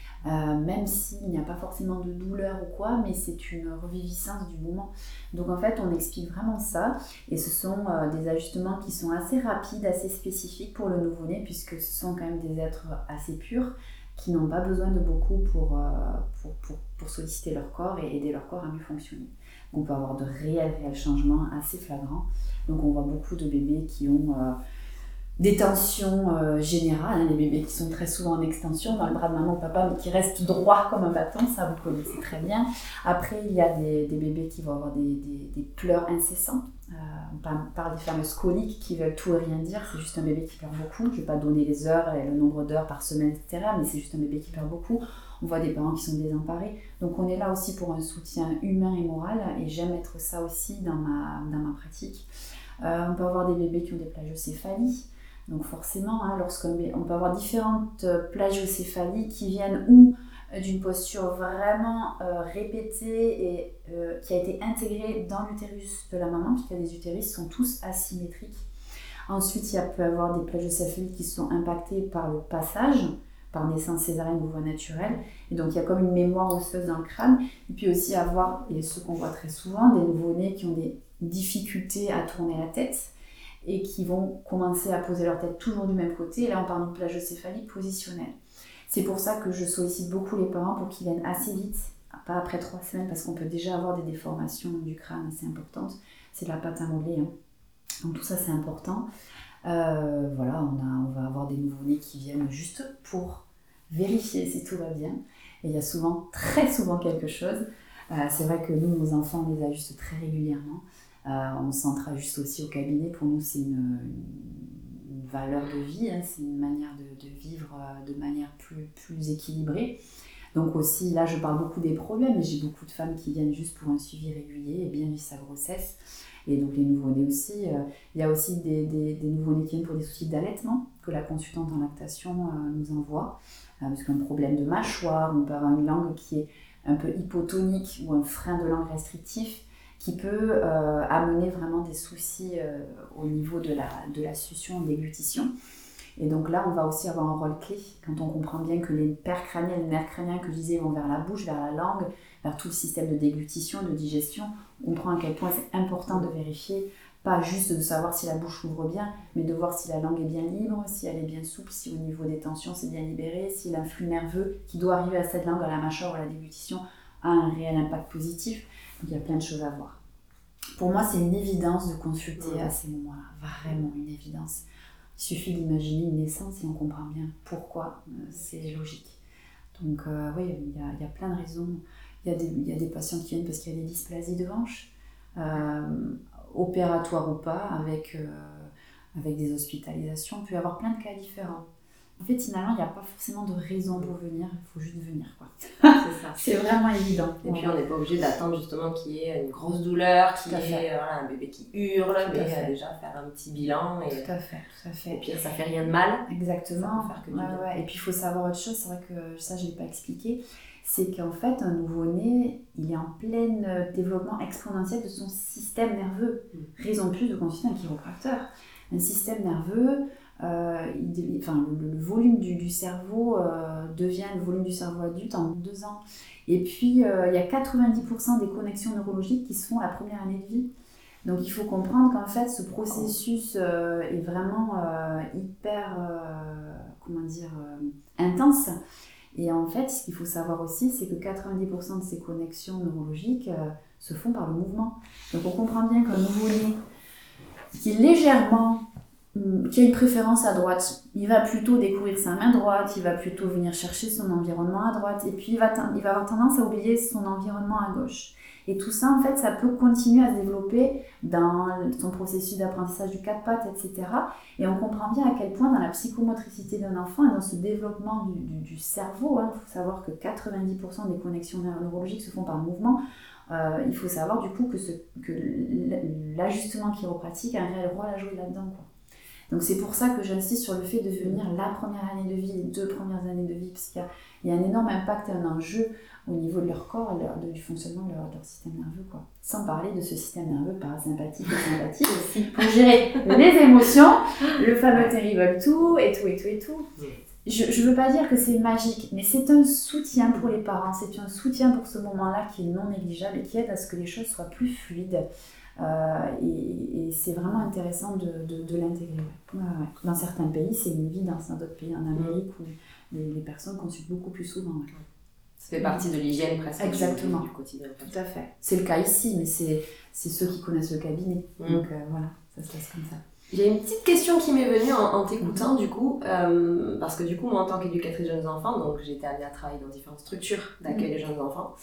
Même s'il n'y a pas forcément de douleur ou quoi, mais c'est une reviviscence du moment. Donc en fait, on explique vraiment ça, et ce sont des ajustements qui sont assez rapides, assez spécifiques pour le nouveau-né, puisque ce sont quand même des êtres assez purs, qui n'ont pas besoin de beaucoup pour solliciter leur corps et aider leur corps à mieux fonctionner. Donc on peut avoir de réels changements assez flagrants. Donc on voit beaucoup de bébés qui ont... des tensions générales, les bébés qui sont très souvent en extension dans le bras de maman ou papa, mais qui restent droits comme un bâton, ça vous connaissez très bien. Après, il y a des bébés qui vont avoir des pleurs incessants. On parle des fameuses coliques qui veulent tout et rien dire. C'est juste un bébé qui pleure beaucoup. Je ne vais pas donner les heures et le nombre d'heures par semaine, etc. Mais c'est juste un bébé qui pleure beaucoup. On voit des parents qui sont désemparés. Donc on est là aussi pour un soutien humain et moral, et j'aime mettre ça aussi dans ma pratique. On peut avoir des bébés qui ont des plagiocéphalies. Donc forcément, on peut avoir différentes plagiocéphalies qui viennent ou d'une posture vraiment répétée et qui a été intégrée dans l'utérus de la maman, puisque les utérus sont tous asymétriques. Ensuite, peut y avoir des plagiocéphalies qui sont impactées par le passage, par naissance césarienne ou voie naturelle. Et donc il y a comme une mémoire osseuse dans le crâne. Et puis aussi avoir, et ce qu'on voit très souvent, des nouveau-nés qui ont des difficultés à tourner la tête, et qui vont commencer à poser leur tête toujours du même côté. Et là, on parle d'une plagiocéphalie positionnelle. C'est pour ça que je sollicite beaucoup les parents pour qu'ils viennent assez vite, pas après 3 semaines, parce qu'on peut déjà avoir des déformations du crâne assez importantes. C'est de la pâte à modeler. Donc tout ça, c'est important. Voilà, on va avoir des nouveau-nés qui viennent juste pour vérifier si tout va bien. Et il y a très souvent quelque chose. C'est vrai que nous, nos enfants, on les ajuste très régulièrement. On s'entrajuste aussi au cabinet. Pour nous, c'est une valeur de vie, c'est une manière de vivre de manière plus équilibrée. Donc aussi, là, je parle beaucoup des problèmes, mais j'ai beaucoup de femmes qui viennent juste pour un suivi régulier et bien vivre sa grossesse. Et donc les nouveau-nés aussi. Il y a aussi des nouveau-nés qui viennent pour des soucis d'allaitement, que la consultante en lactation nous envoie. Parce qu'un problème de mâchoire, on peut avoir une langue qui est un peu hypotonique ou un frein de langue restrictif, qui peut amener vraiment des soucis au niveau de la succion, de déglutition. Et donc là, on va aussi avoir un rôle clé quand on comprend bien que les paires crâniennes, les nerfs crâniens que je disais vont vers la bouche, vers la langue, vers tout le système de déglutition, de digestion. On comprend à quel point c'est important de vérifier, pas juste de savoir si la bouche ouvre bien, mais de voir si la langue est bien libre, si elle est bien souple, si au niveau des tensions c'est bien libéré, si l'influx nerveux qui doit arriver à cette langue, à la mâchoire ou à la déglutition, a un réel impact positif. Donc il y a plein de choses à voir. Pour moi, c'est une évidence de consulter à ces moments-là, vraiment une évidence. Il suffit d'imaginer une naissance et on comprend bien pourquoi, c'est logique. Donc oui, il y a plein de raisons. Il y a des patients qui viennent parce qu'il y a des dysplasies de hanche, opératoires ou pas, avec des hospitalisations. Il peut y avoir plein de cas différents. En fait, finalement, il n'y a pas forcément de raison pour venir, il faut juste venir, quoi. C'est ça. C'est vraiment évident. Et puis, on n'est pas obligé d'attendre justement qu'il y ait une grosse douleur, qu'il y ait un bébé qui hurle, mais déjà faire un petit bilan. Et... Tout à fait. Au pire, ça fait rien de mal. Exactement. Ça peut faire que du bien. Et puis, il faut savoir autre chose, c'est vrai que ça, je ne l'ai pas expliqué, c'est qu'en fait, un nouveau-né, il est en plein développement exponentiel de son système nerveux. Raison de plus de consulter un chiropracteur. Un système nerveux... le volume du cerveau devient le volume du cerveau adulte en 2 ans. Et puis, il y a 90% des connexions neurologiques qui se font la première année de vie. Donc, il faut comprendre qu'en fait, ce processus est vraiment hyper, intense. Et en fait, ce qu'il faut savoir aussi, c'est que 90% de ces connexions neurologiques se font par le mouvement. Donc, on comprend bien qu'un nouveau-né qui est légèrement... qui a une préférence à droite, il va plutôt découvrir sa main droite, il va plutôt venir chercher son environnement à droite, et puis il va avoir tendance à oublier son environnement à gauche. Et tout ça, en fait, ça peut continuer à se développer dans son processus d'apprentissage du 4 pattes, etc. Et on comprend bien à quel point dans la psychomotricité d'un enfant et dans ce développement du cerveau, il faut savoir que 90% des connexions neurologiques se font par le mouvement. Il faut savoir du coup que l'ajustement chiropratique a un réel rôle à jouer là-dedans, quoi. Donc c'est pour ça que j'insiste sur le fait de venir la première année de vie, les 2 premières années de vie, parce qu'il y a un énorme impact et un enjeu au niveau de leur corps et du fonctionnement de leur système nerveux, quoi. Sans parler de ce système nerveux parasympathique et sympathique aussi pour gérer les émotions, le fameux terrible two et tout. Je veux pas dire que c'est magique, mais c'est un soutien pour les parents, c'est un soutien pour ce moment-là qui est non négligeable et qui aide à ce que les choses soient plus fluides. Et c'est vraiment intéressant de l'intégrer. Dans certains pays, c'est une évidence. Dans d'autres pays, en Amérique, où les personnes consultent beaucoup plus souvent. Ça fait partie de l'hygiène presque. Exactement. Du quotidien. Tout à fait. C'est le cas ici, mais c'est ceux qui connaissent le cabinet. Donc voilà, ça se passe comme ça. J'ai une petite question qui m'est venue en t'écoutant du coup, parce que du coup, moi en tant qu'éducatrice jeunes enfants, donc j'ai été amenée à travailler dans différentes structures d'accueil des jeunes enfants.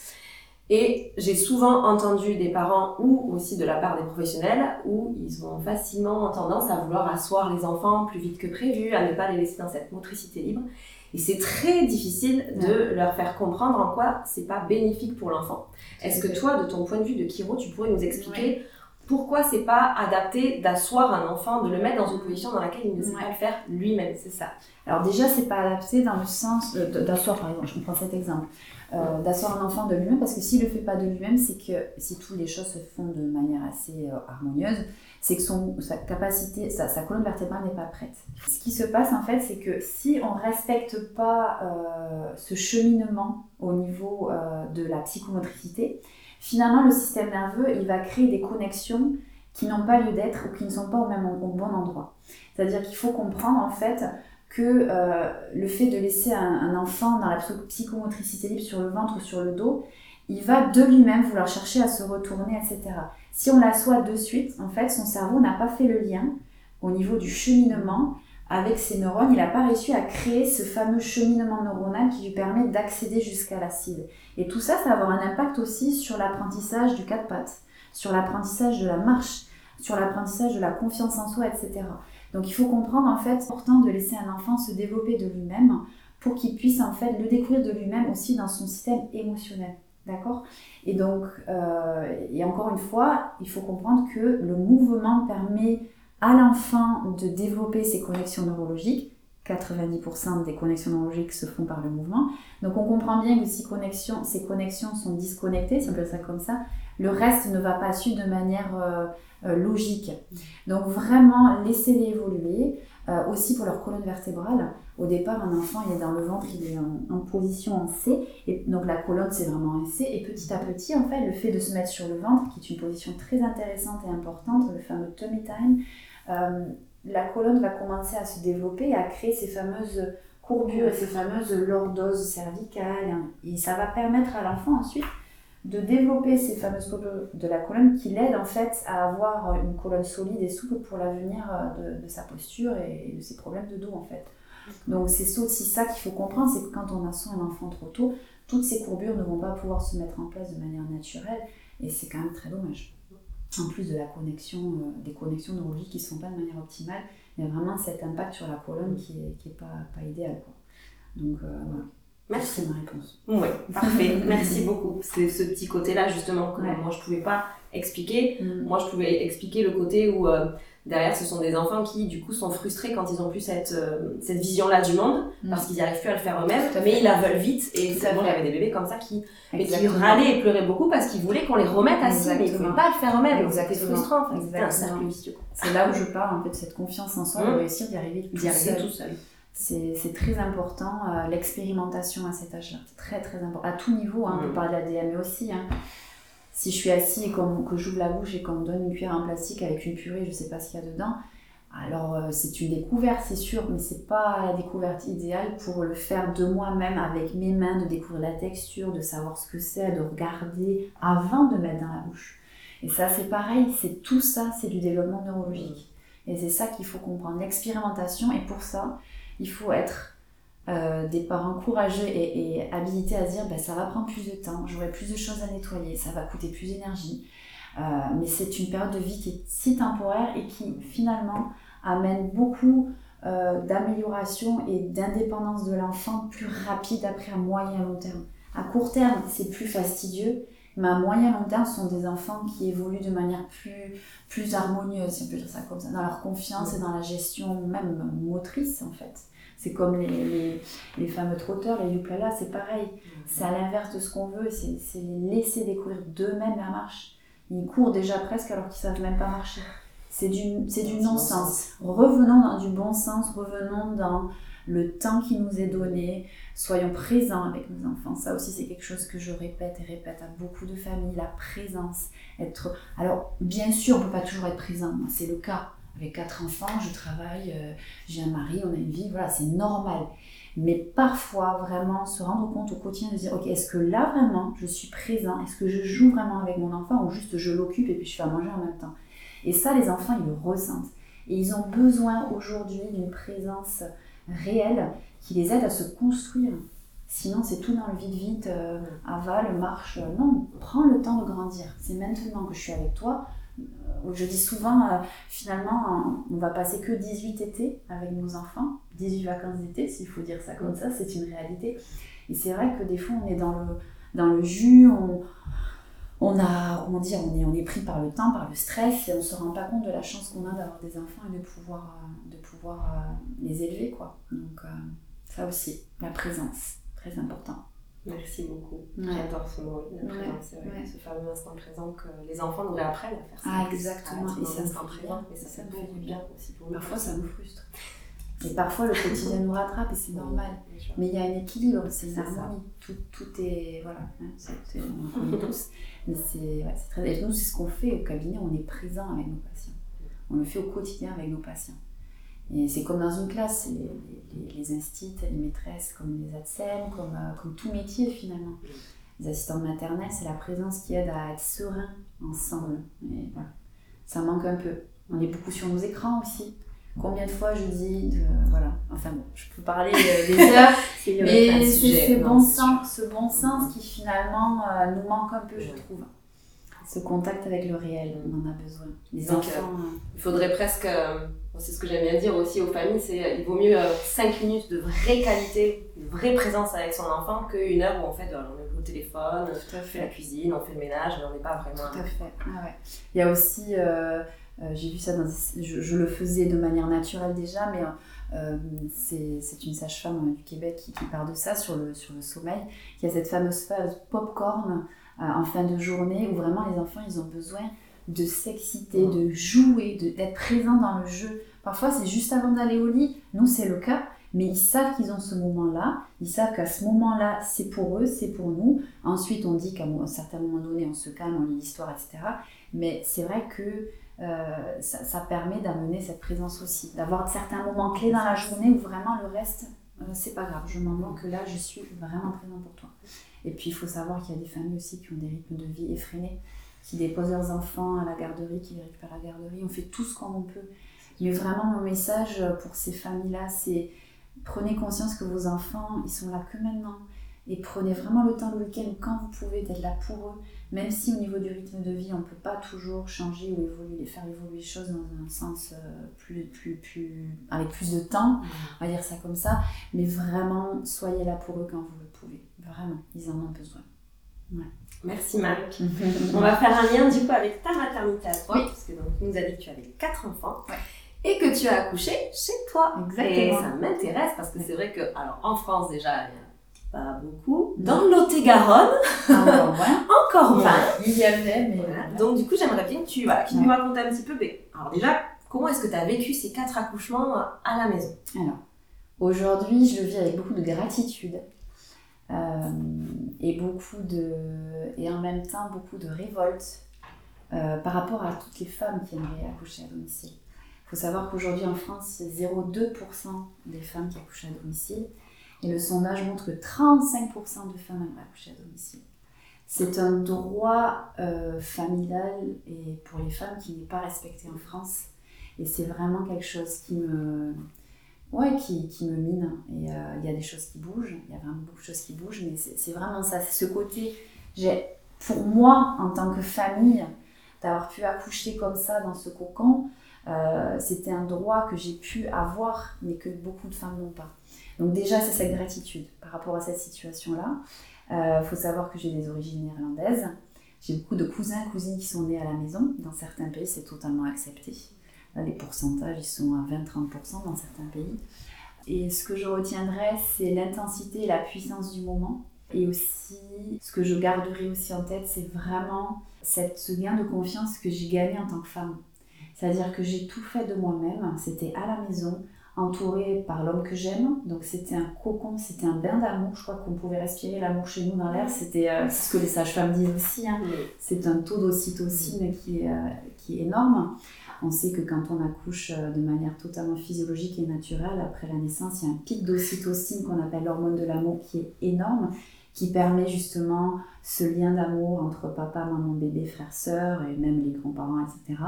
Et j'ai souvent entendu des parents ou aussi de la part des professionnels où ils ont facilement tendance à vouloir asseoir les enfants plus vite que prévu, à ne pas les laisser dans cette motricité libre. Et c'est très difficile de leur faire comprendre en quoi c'est pas bénéfique pour l'enfant. Est-ce que toi, de ton point de vue de chiro, tu pourrais nous expliquer pourquoi c'est pas adapté d'asseoir un enfant, de le mettre dans une position dans laquelle il ne sait pas le faire lui-même? C'est ça. Alors déjà, c'est pas adapté dans le sens d'asseoir, par exemple, je prends cet exemple. D'asseoir un enfant de lui-même, parce que s'il ne le fait pas de lui-même, c'est que si toutes les choses se font de manière assez harmonieuse, c'est que sa capacité, sa colonne vertébrale n'est pas prête. Ce qui se passe en fait, c'est que si on ne respecte pas ce cheminement au niveau de la psychomotricité, finalement le système nerveux, il va créer des connexions qui n'ont pas lieu d'être ou qui ne sont pas au bon endroit. C'est-à-dire qu'il faut comprendre en fait que le fait de laisser un enfant dans la psychomotricité libre sur le ventre ou sur le dos, il va de lui-même vouloir chercher à se retourner, etc. Si on l'assoit de suite, en fait, son cerveau n'a pas fait le lien au niveau du cheminement avec ses neurones. Il n'a pas réussi à créer ce fameux cheminement neuronal qui lui permet d'accéder jusqu'à la cible. Et tout ça, ça va avoir un impact aussi sur l'apprentissage du 4 pattes, sur l'apprentissage de la marche, sur l'apprentissage de la confiance en soi, etc. Donc il faut comprendre en fait, c'est important de laisser un enfant se développer de lui-même pour qu'il puisse en fait le découvrir de lui-même aussi dans son système émotionnel. D'accord ? Et donc, et encore une fois, il faut comprendre que le mouvement permet à l'enfant de développer ses connexions neurologiques. 90% des connexions neurologiques se font par le mouvement. Donc on comprend bien que si ces connexions sont disconnectées, si on peut dire ça comme ça, le reste ne va pas suivre de manière logique. Donc vraiment, laissez-les évoluer. Aussi pour leur colonne vertébrale. Au départ, un enfant, il est dans le ventre, il est en position en C. Et donc la colonne, c'est vraiment un C. Et petit à petit, en fait, le fait de se mettre sur le ventre, qui est une position très intéressante et importante, le fameux tummy time, la colonne va commencer à se développer et à créer ces fameuses courbures et ces fameuses lordoses cervicales. Et ça va permettre à l'enfant ensuite de développer ces fameuses coupures de la colonne qui l'aident en fait à avoir une colonne solide et souple pour l'avenir de sa posture et de ses problèmes de dos en fait. Donc c'est aussi ça qu'il faut comprendre, c'est que quand on a soit un enfant trop tôt, toutes ces courbures ne vont pas pouvoir se mettre en place de manière naturelle et c'est quand même très dommage. En plus de la connexion, des connexions neurologiques qui ne se font pas de manière optimale, il y a vraiment cet impact sur la colonne qui est pas idéal, quoi. Donc voilà. Merci. C'est ma réponse. Oui, parfait. Merci beaucoup. C'est ce petit côté-là, justement, que moi, je ne pouvais pas expliquer. Moi, je pouvais expliquer le côté où, derrière, ce sont des enfants qui, du coup, sont frustrés quand ils n'ont plus cette vision-là du monde, parce qu'ils n'y arrivent plus à le faire eux-mêmes, mais ils la veulent vite. Et moi, j'avais des bébés comme ça qui râlaient et pleuraient beaucoup parce qu'ils voulaient qu'on les remette assis, mais ils ne pouvaient pas le faire eux-mêmes. C'était frustrant. En fait. C'était un cercle vicieux. C'est là où je parle, en fait, de cette confiance en soi, de réussir d'y arriver tout seul. C'est très important, l'expérimentation à cet âge-là, c'est très très important, à tout niveau, on peut parler de la DME aussi. Si je suis assis et que j'ouvre la bouche et qu'on me donne une cuillère en plastique avec une purée, je ne sais pas ce qu'il y a dedans, alors c'est une découverte, c'est sûr, mais ce n'est pas la découverte idéale pour le faire de moi-même avec mes mains, de découvrir la texture, de savoir ce que c'est, de regarder avant de mettre dans la bouche. Et ça c'est pareil, c'est tout ça, c'est du développement neurologique. Et c'est ça qu'il faut comprendre, l'expérimentation, et pour ça, il faut être des parents courageux et habilités à se dire ça va prendre plus de temps, j'aurai plus de choses à nettoyer, ça va coûter plus d'énergie. Mais c'est une période de vie qui est si temporaire et qui finalement amène beaucoup d'amélioration et d'indépendance de l'enfant plus rapide après à moyen et long terme. À court terme, c'est plus fastidieux, mais à moyen et long terme, ce sont des enfants qui évoluent de manière plus harmonieuse, si on peut dire ça comme ça, dans leur confiance et dans la gestion même motrice en fait. C'est comme les fameux trotteurs, les yuklala, c'est pareil. C'est à l'inverse de ce qu'on veut, c'est les laisser découvrir d'eux-mêmes la marche. Ils courent déjà presque alors qu'ils ne savent même pas marcher. C'est du non-sens. Revenons dans du bon sens, revenons dans le temps qui nous est donné, soyons présents avec nos enfants. Ça aussi, c'est quelque chose que je répète à beaucoup de familles, la présence. Alors, bien sûr, on ne peut pas toujours être présent, moi, c'est le cas. Avec 4 enfants, je travaille, j'ai un mari, on a une vie, voilà, c'est normal. Mais parfois, vraiment, se rendre compte au quotidien de dire, ok, est-ce que là, vraiment, je suis présent? Est-ce que je joue vraiment avec mon enfant ou juste je l'occupe et puis je fais à manger en même temps? Et ça, les enfants, ils le ressentent. Et ils ont besoin aujourd'hui d'une présence réelle qui les aide à se construire. Sinon, c'est tout dans le vite-vite, avale, marche. Non, prends le temps de grandir. C'est maintenant que je suis avec toi. Je dis souvent, finalement, on va passer que 18 étés avec nos enfants, 18 vacances d'été, s'il faut dire ça comme ça, c'est une réalité. Et c'est vrai que des fois, on est dans le jus, on est pris par le temps, par le stress, et on ne se rend pas compte de la chance qu'on a d'avoir des enfants et de pouvoir les élever, quoi. Donc, ça aussi, la présence, très important. Merci beaucoup. J'adore ce mot, la présence, c'est vrai. Ce fameux instant présent que les enfants nous réapprennent à faire ça. Ah, exactement. Et c'est instant présent, mais ça nous fait du bien aussi pour nous. Parfois, ça nous frustre. Et parfois, le quotidien nous rattrape et c'est normal. Mais il y a un équilibre, c'est une harmonie. Tout est... Voilà, on connaît tous. Mais c'est très... Et nous, c'est ce qu'on fait au cabinet, on est présent avec nos patients. On le fait au quotidien avec nos patients. Et c'est comme dans une classe, les instits, les maîtresses, comme les ATSEM, comme tout métier finalement. Les assistants maternels, c'est la présence qui aide à être serein ensemble. Et voilà. Ça manque un peu. On est beaucoup sur nos écrans aussi. Combien de fois je dis, voilà, enfin bon, je peux parler des heures, mais c'est ce bon sens qui finalement nous manque un peu, je trouve. Ce contact avec le réel, on en a besoin. Les enfants... il faudrait presque, c'est ce que j'aime bien dire aussi aux familles, c'est il vaut mieux 5 minutes de vraie qualité, de vraie présence avec son enfant qu'une heure où en fait on est au téléphone, on fait la cuisine, on fait le ménage, mais on n'est pas vraiment... Tout à fait, ah ouais. Il y a aussi... j'ai vu ça, je le faisais de manière naturelle déjà, mais c'est une sage-femme du Québec qui parle de ça sur le sommeil. Il y a cette fameuse phase popcorn en fin de journée où vraiment les enfants ils ont besoin de s'exciter, de jouer, d'être présents dans le jeu. Parfois c'est juste avant d'aller au lit, nous c'est le cas, mais ils savent qu'ils ont ce moment-là, ils savent qu'à ce moment-là c'est pour eux, c'est pour nous. Ensuite on dit qu'à un certain moment donné on se calme, on lit l'histoire, etc. Mais c'est vrai que ça permet d'amener cette présence aussi, d'avoir certains moments clés dans la journée où vraiment le reste, c'est pas grave, je m'en moque que là je suis vraiment présent pour toi. Et puis il faut savoir qu'il y a des familles aussi qui ont des rythmes de vie effrénés, qui déposent leurs enfants à la garderie, qui les récupèrent à la garderie. On fait tout ce qu'on peut. Mais vraiment, mon message pour ces familles-là, c'est prenez conscience que vos enfants, ils sont là que maintenant. Et prenez vraiment le temps le week-end, quand vous pouvez, d'être là pour eux. Même si au niveau du rythme de vie, on ne peut pas toujours changer ou faire évoluer les choses dans un sens avec plus de temps, on va dire ça comme ça. Mais vraiment, soyez là pour eux quand vous le pouvez. Vraiment, ils en ont besoin. Ouais. Merci Marc. On va faire un lien du coup avec ta maternité à toi, parce que donc, tu nous as dit que tu avais 4 enfants. Ouais. Et que tu as accouché chez toi. Exactement. Et ça m'intéresse parce que c'est vrai que, alors en France déjà, il n'y en a pas beaucoup. Dans le Lot-et-Garonne, encore moins. Il y avait, mais voilà. Donc du coup, j'aimerais bien que tu nous racontes un petit peu. Alors déjà, comment est-ce que tu as vécu ces 4 accouchements à la maison? Alors, aujourd'hui, je le vis avec beaucoup de gratitude et en même temps beaucoup de révolte par rapport à toutes les femmes qui aimeraient accoucher à domicile. Il faut savoir qu'aujourd'hui en France, c'est 0,2% des femmes qui accouchent à domicile. Et le sondage montre que 35% de femmes aimeraient accoucher à domicile. C'est un droit familial et pour les femmes qui n'est pas respecté en France. Et c'est vraiment quelque chose qui me mine. Et il y a des choses qui bougent, il y a vraiment beaucoup de choses qui bougent, mais c'est vraiment ça. C'est ce côté, pour moi, en tant que famille, d'avoir pu accoucher comme ça dans ce cocon, c'était un droit que j'ai pu avoir, mais que beaucoup de femmes n'ont pas. Donc déjà, c'est cette gratitude par rapport à cette situation-là. Faut savoir que j'ai des origines néerlandaises. J'ai beaucoup de cousins, cousines qui sont nés à la maison. Dans certains pays, c'est totalement accepté. Là, les pourcentages, ils sont à 20-30% dans certains pays. Et ce que je retiendrai, c'est l'intensité et la puissance du moment. Et aussi, ce que je garderai aussi en tête, c'est vraiment ce gain de confiance que j'ai gagné en tant que femme. C'est-à-dire que j'ai tout fait de moi-même, c'était à la maison, entourée par l'homme que j'aime. Donc c'était un cocon, c'était un bain d'amour. Je crois qu'on pouvait respirer l'amour chez nous dans l'air. C'est ce que les sages-femmes disent aussi. Hein. C'est un taux d'ocytocine qui est énorme. On sait que quand on accouche de manière totalement physiologique et naturelle, après la naissance, il y a un pic d'ocytocine qu'on appelle l'hormone de l'amour qui est énorme, qui permet justement ce lien d'amour entre papa, maman, bébé, frère, sœur et même les grands-parents, etc.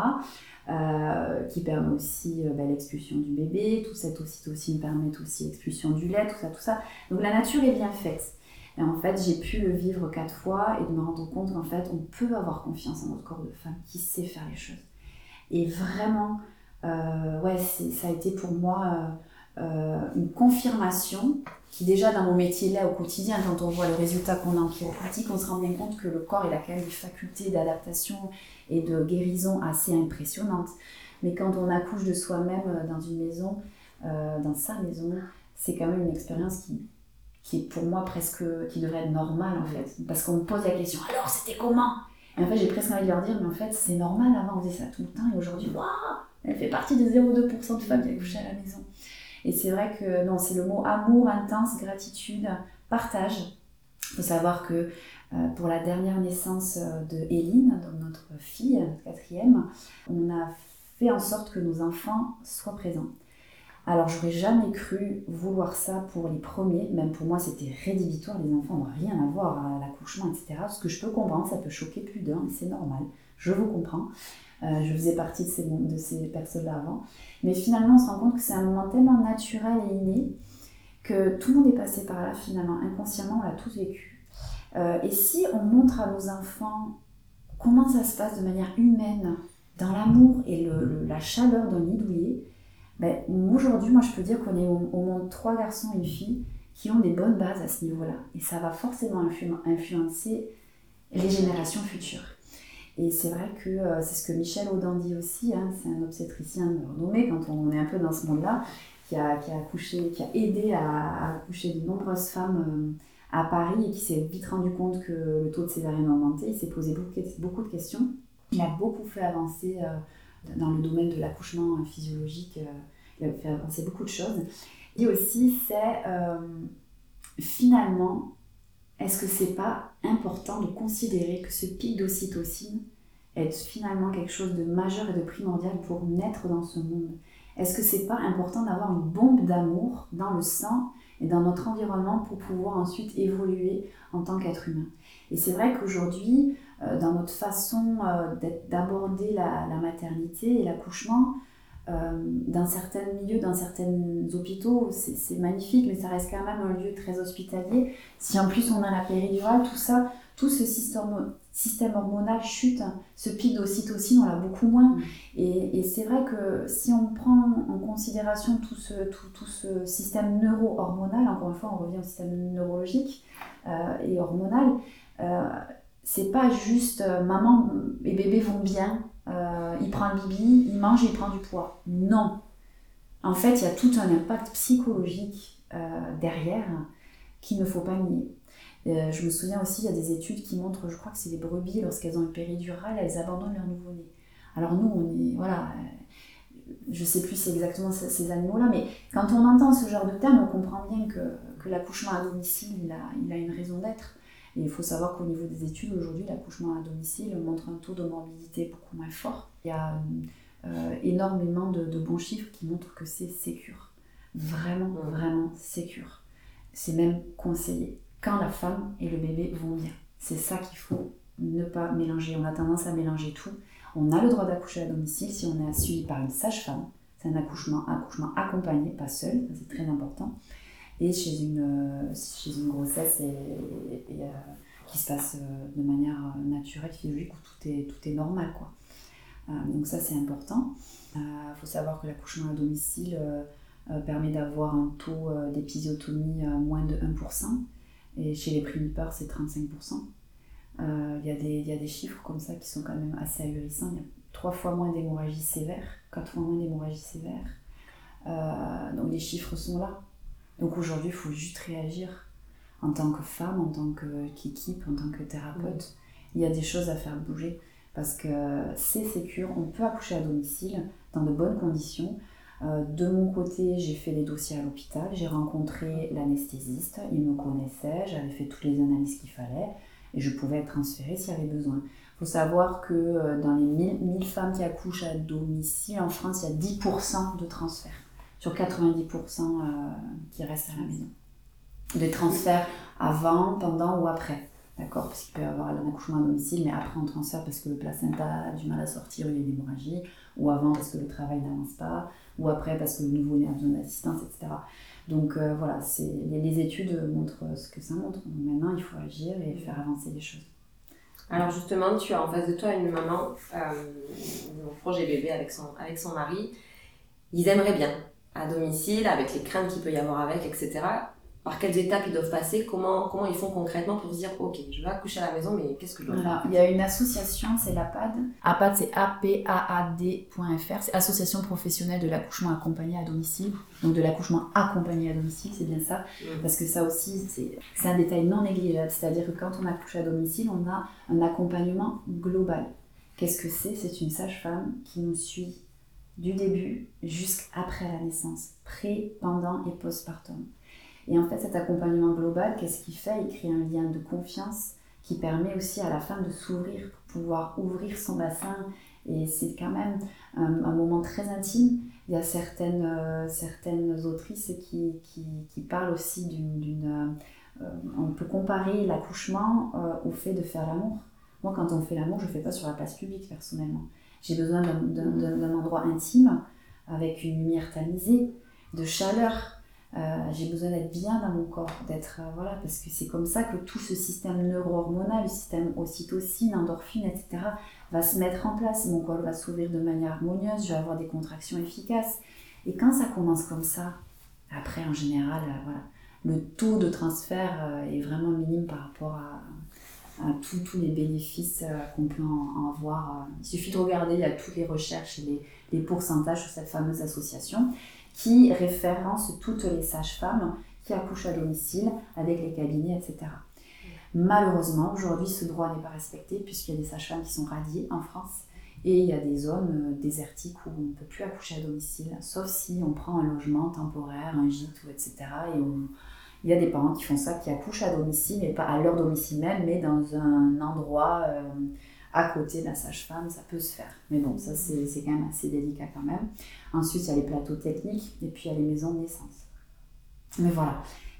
Qui permet aussi l'expulsion du bébé. Tout cette ocytocine permet aussi l'expulsion du lait, tout ça. Donc la nature est bien faite. Et en fait, j'ai pu le vivre 4 fois et de me rendre compte qu'en fait, on peut avoir confiance en notre corps de femme qui sait faire les choses. Et vraiment, ça a été pour moi une confirmation qui déjà dans mon métier là au quotidien, quand on voit le résultat qu'on a en chiropratique, on se rend bien compte que le corps il a quand même des facultés d'adaptation et de guérison assez impressionnantes. Mais quand on accouche de soi-même dans une maison, dans sa maison, c'est quand même une expérience qui est pour moi presque, qui devrait être normale en fait. Parce qu'on me pose la question, alors c'était comment ? Et en fait j'ai presque envie de leur dire, mais en fait c'est normal, avant on faisait ça tout le temps et aujourd'hui, waouh, elle fait partie des 0,2% de femmes qui accouchent à la maison. Et c'est vrai que non, c'est le mot amour, intense, gratitude, partage. Il faut savoir que pour la dernière naissance de Éline, donc notre fille, notre 4e, on a fait en sorte que nos enfants soient présents. Alors j'aurais jamais cru vouloir ça pour les premiers, même pour moi c'était rédhibitoire, les enfants n'ont rien à voir à l'accouchement, etc. Ce que je peux comprendre, ça peut choquer plus d'un, mais c'est normal, je vous comprends. Je faisais partie de ces personnes-là avant. Mais finalement, on se rend compte que c'est un moment tellement naturel et inné que tout le monde est passé par là finalement. Inconsciemment, on l'a tous vécu. Et si on montre à nos enfants comment ça se passe de manière humaine, dans l'amour et la chaleur d'un nid douillet, aujourd'hui, moi, je peux dire qu'on est au monde 3 garçons et une fille qui ont des bonnes bases à ce niveau-là. Et ça va forcément influencer les générations futures. Et c'est vrai que c'est ce que Michel Audin dit aussi, hein, c'est un obstétricien renommé quand on est un peu dans ce monde-là, qui a aidé à accoucher de nombreuses femmes à Paris et qui s'est vite rendu compte que le taux de césarienne augmentait. Il s'est posé beaucoup de questions. Il a beaucoup fait avancer dans le domaine de l'accouchement physiologique, il a fait avancer beaucoup de choses. Et aussi, c'est finalement, est-ce que c'est pas important de considérer que ce pic d'ocytocine est finalement quelque chose de majeur et de primordial pour naître dans ce monde ? Est-ce que c'est pas important d'avoir une bombe d'amour dans le sang et dans notre environnement pour pouvoir ensuite évoluer en tant qu'être humain. Et c'est vrai qu'aujourd'hui, dans notre façon d'aborder la maternité et l'accouchement, dans certains milieux, dans certains hôpitaux, c'est magnifique, mais ça reste quand même un lieu très hospitalier. Si en plus on a la péridurale, tout ce système hormonal chute, ce pic d'ocytocine, on l'a beaucoup moins. Et c'est vrai que si on prend en considération tout ce système neuro-hormonal, encore une fois on revient au système neurologique et hormonal, c'est pas juste maman et bébé vont bien, il prend le bibi, il mange et il prend du poids. Non. En fait, il y a tout un impact psychologique derrière qu'il ne faut pas nier. Je me souviens aussi, il y a des études qui montrent, je crois que c'est les brebis, lorsqu'elles ont une péridurale, elles abandonnent leur nouveau-né. Alors nous, on est, voilà, je sais plus si c'est exactement ces animaux-là, mais quand on entend ce genre de terme, on comprend bien que l'accouchement à domicile, il a une raison d'être. Et il faut savoir qu'au niveau des études, aujourd'hui, l'accouchement à domicile montre un taux de morbidité beaucoup moins fort. Il y a énormément de bons chiffres qui montrent que c'est sécure. Vraiment, vraiment sécure. C'est même conseillé. Quand la femme et le bébé vont bien. C'est ça qu'il faut ne pas mélanger. On a tendance à mélanger tout. On a le droit d'accoucher à domicile si on est suivi par une sage-femme. C'est un accouchement accompagné, pas seul, c'est très important. Et chez une grossesse qui se passe de manière naturelle, physiologique, où tout est normal, quoi. Donc ça, c'est important. Faut savoir que l'accouchement à domicile permet d'avoir un taux d'épisiotomie moins de 1%. Et chez les primipares, c'est 35%. Il y a des chiffres comme ça qui sont quand même assez ahurissants. Il y a 3 fois moins d'hémorragie sévère, 4 fois moins d'hémorragie sévère. Donc les chiffres sont là. Donc aujourd'hui, il faut juste réagir en tant que femme, en tant qu'équipe, en tant que thérapeute. Il y a des choses à faire bouger parce que c'est sécure. On peut accoucher à domicile dans de bonnes conditions. De mon côté, j'ai fait les dossiers à l'hôpital, j'ai rencontré l'anesthésiste, il me connaissait, j'avais fait toutes les analyses qu'il fallait et je pouvais être transférée s'il y avait besoin. Il faut savoir que dans les 1000 femmes qui accouchent à domicile, en France, il y a 10% de transferts, sur 90% qui restent à la maison. Des transferts avant, pendant ou après. D'accord, parce qu'il peut y avoir un accouchement à domicile, mais après on transfère parce que le placenta a du mal à sortir, il y a une hémorragie, ou avant parce que le travail n'avance pas, ou après parce que le nouveau-né a besoin d'assistance, etc. Donc voilà, les études montrent ce que ça montre. Donc maintenant, il faut agir et faire avancer les choses. Alors justement, tu as en face de toi une maman, mon projet bébé avec son mari. Ils aimeraient bien à domicile, avec les craintes qu'il peut y avoir avec, etc. Par quelles étapes ils doivent passer, comment ils font concrètement pour se dire ok, je vais accoucher à la maison, mais qu'est-ce que je dois faire? Il y a une association, c'est l'APAD. APAD, c'est apaad.fr, c'est Association professionnelle de l'accouchement accompagné à domicile. Donc de l'accouchement accompagné à domicile, c'est bien ça. Parce que ça aussi, c'est un détail non négligeable. C'est-à-dire que quand on accouche à domicile, on a un accompagnement global. Qu'est-ce que c'est? C'est une sage-femme qui nous suit du début jusqu'après la naissance, pré, pendant et postpartum. Et en fait, cet accompagnement global, qu'est-ce qu'il fait? Il crée un lien de confiance qui permet aussi à la femme de s'ouvrir pour pouvoir ouvrir son bassin. Et c'est quand même un moment très intime. Il y a certaines autrices qui parlent aussi on peut comparer l'accouchement au fait de faire l'amour. Moi, quand on fait l'amour, je ne le fais pas sur la place publique, personnellement. J'ai besoin d'un endroit intime, avec une lumière tamisée, de chaleur. J'ai besoin d'être bien dans mon corps, voilà, parce que c'est comme ça que tout ce système neuro-hormonal, le système ocytocine, endorphine, etc. va se mettre en place. Mon corps va s'ouvrir de manière harmonieuse, je vais avoir des contractions efficaces. Et quand ça commence comme ça, après en général, voilà, le taux de transfert est vraiment minime par rapport à tous les bénéfices qu'on peut en avoir. Il suffit de regarder, il y a toutes les recherches et les pourcentages sur cette fameuse association qui référence toutes les sages-femmes qui accouchent à domicile avec les cabinets, etc. Malheureusement, aujourd'hui, ce droit n'est pas respecté puisqu'il y a des sages-femmes qui sont radiées en France et il y a des zones désertiques où on ne peut plus accoucher à domicile, sauf si on prend un logement temporaire, un gîte, etc. Et il y a des parents qui font ça, qui accouchent à domicile, mais pas à leur domicile même, mais dans un endroit à côté de la sage-femme, ça peut se faire. Mais bon, ça c'est quand même assez délicat quand même. Ensuite, il y a les plateaux techniques et puis il y a les maisons de naissance. Mais voilà.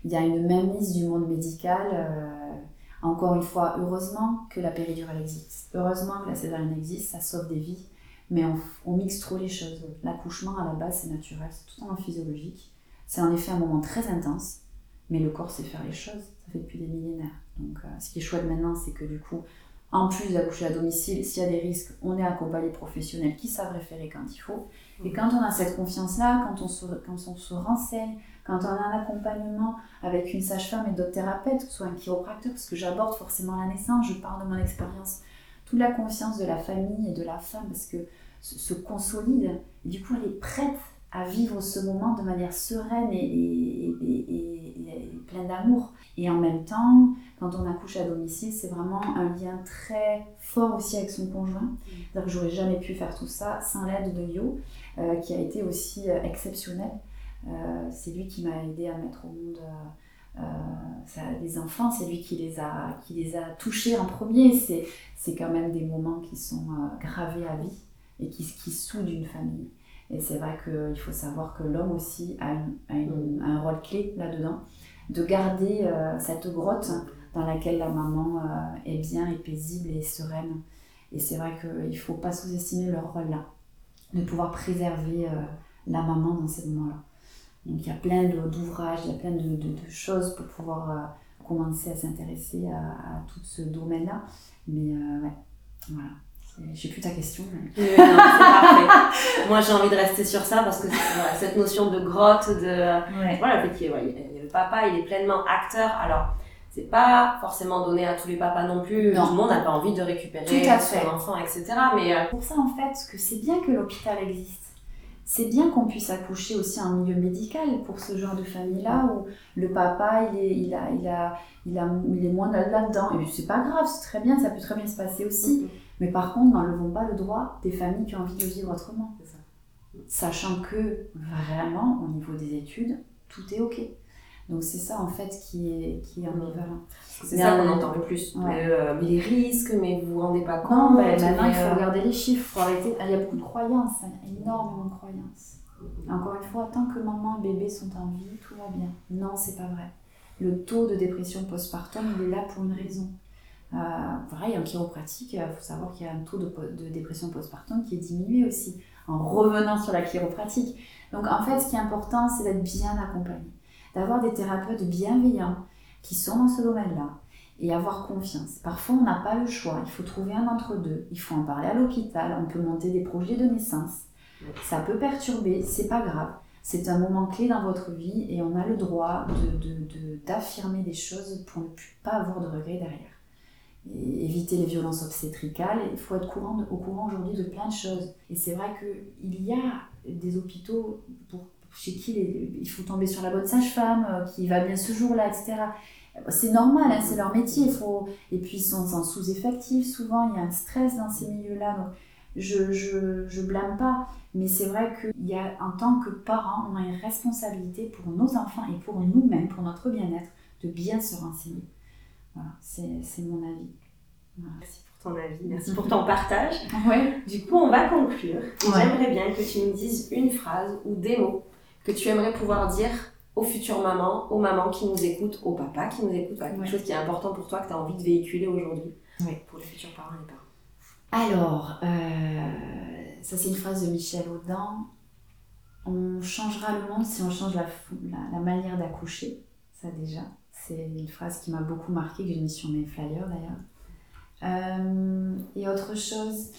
il y a une mainmise du monde médical. Encore une fois, heureusement que la péridurale existe, heureusement que la césarienne existe, ça sauve des vies, mais on mixe trop les choses. L'accouchement à la base c'est naturel, c'est totalement physiologique, c'est en effet un moment très intense, mais le corps sait faire les choses, ça fait depuis des millénaires. Donc ce qui est chouette maintenant, c'est que du coup, en plus d'accoucher à domicile, s'il y a des risques, on est accompagné de professionnels qui savent référer quand il faut. Et quand on a cette confiance-là, quand on se renseigne, quand on a un accompagnement avec une sage-femme et d'autres thérapeutes, que ce soit un chiropracteur, parce que j'aborde forcément la naissance, je parle de mon expérience, toute la confiance de la famille et de la femme, parce que se consolide, et du coup elle est prête à vivre ce moment de manière sereine et pleine d'amour. Et en même temps, quand on accouche à domicile, c'est vraiment un lien très fort aussi avec son conjoint. C'est-à-dire que j'aurais jamais pu faire tout ça sans l'aide de Yo, qui a été aussi exceptionnel. C'est lui qui m'a aidé à mettre au monde les enfants, c'est lui qui les a touchés en premier. C'est quand même des moments qui sont gravés à vie et qui soudent une famille. Et c'est vrai qu'il faut savoir que l'homme aussi a un rôle clé là-dedans, de garder cette grotte dans laquelle la maman est bien et paisible et sereine. Et c'est vrai qu'il ne faut pas sous-estimer leur rôle là, de pouvoir préserver la maman dans ces moments-là. Donc il y a plein d'ouvrages, il y a plein de choses pour pouvoir commencer à s'intéresser à tout ce domaine-là. Mais ouais, voilà. J'ai plus ta question. Mais... Non, c'est parfait. Moi, j'ai envie de rester sur ça parce que voilà, cette notion de grotte, voilà, le fait qu'il y a le papa, il est pleinement acteur. Alors, c'est pas forcément donné à tous les papas non plus. Non. Tout le monde n'a pas envie de récupérer son enfant, etc. Mais pour ça, en fait, que c'est bien que l'hôpital existe. C'est bien qu'on puisse accoucher aussi en milieu médical pour ce genre de famille-là où le papa il est moins là-dedans. Et c'est pas grave, c'est très bien, ça peut très bien se passer aussi. Mais par contre, n'enlevons pas le droit des familles qui ont envie de vivre autrement. C'est ça. Sachant que vraiment, au niveau des études, tout est ok. Donc c'est ça en fait qui est ambivalent. C'est ça qu'on entend le plus. Ouais. Mais les risques, mais vous vous rendez pas compte. Non, maintenant il faut regarder les chiffres, faut arrêter. Il y a beaucoup de croyances, énormément de croyances. Encore une fois, tant que maman et bébé sont en vie, tout va bien. Non, c'est pas vrai. Le taux de dépression postpartum, il est là pour une raison. Pareil, en chiropratique, il faut savoir qu'il y a un taux de dépression postpartum qui est diminué aussi, en revenant sur la chiropratique. Donc en fait, ce qui est important, c'est d'être bien accompagné, d'avoir des thérapeutes bienveillants qui sont dans ce domaine-là et avoir confiance. Parfois, on n'a pas le choix, il faut trouver un entre-deux, il faut en parler à l'hôpital, on peut monter des projets de naissance. Ça peut perturber, c'est pas grave. C'est un moment clé dans votre vie et on a le droit d'affirmer des choses pour ne pas avoir de regrets derrière. Et éviter les violences obstétricales, il faut être au courant aujourd'hui de plein de choses. Et c'est vrai qu'il y a des hôpitaux chez qui il faut tomber sur la bonne sage-femme, qui va bien ce jour-là, etc. C'est normal, hein, c'est leur métier. Et puis ils sont en sous-effectif souvent, il y a un stress dans ces milieux-là. Donc je blâme pas, mais c'est vrai qu'il y a, en tant que parents, on a une responsabilité pour nos enfants et pour nous-mêmes, pour notre bien-être, de bien se renseigner. Voilà, c'est mon avis. Voilà. Merci pour ton avis, merci pour ton partage. Ouais. Du coup, on va conclure. J'aimerais bien que tu me dises une phrase ou des mots que tu aimerais pouvoir dire aux futures mamans, aux mamans qui nous écoutent, aux papas qui nous écoutent, quelque chose qui est important pour toi, que tu as envie de véhiculer aujourd'hui pour les futurs parents et parents. Alors, ça c'est une phrase de Michel Audin. On changera le monde si on change la manière d'accoucher, ça déjà. C'est une phrase qui m'a beaucoup marquée, que j'ai mise sur mes flyers d'ailleurs. Et autre chose,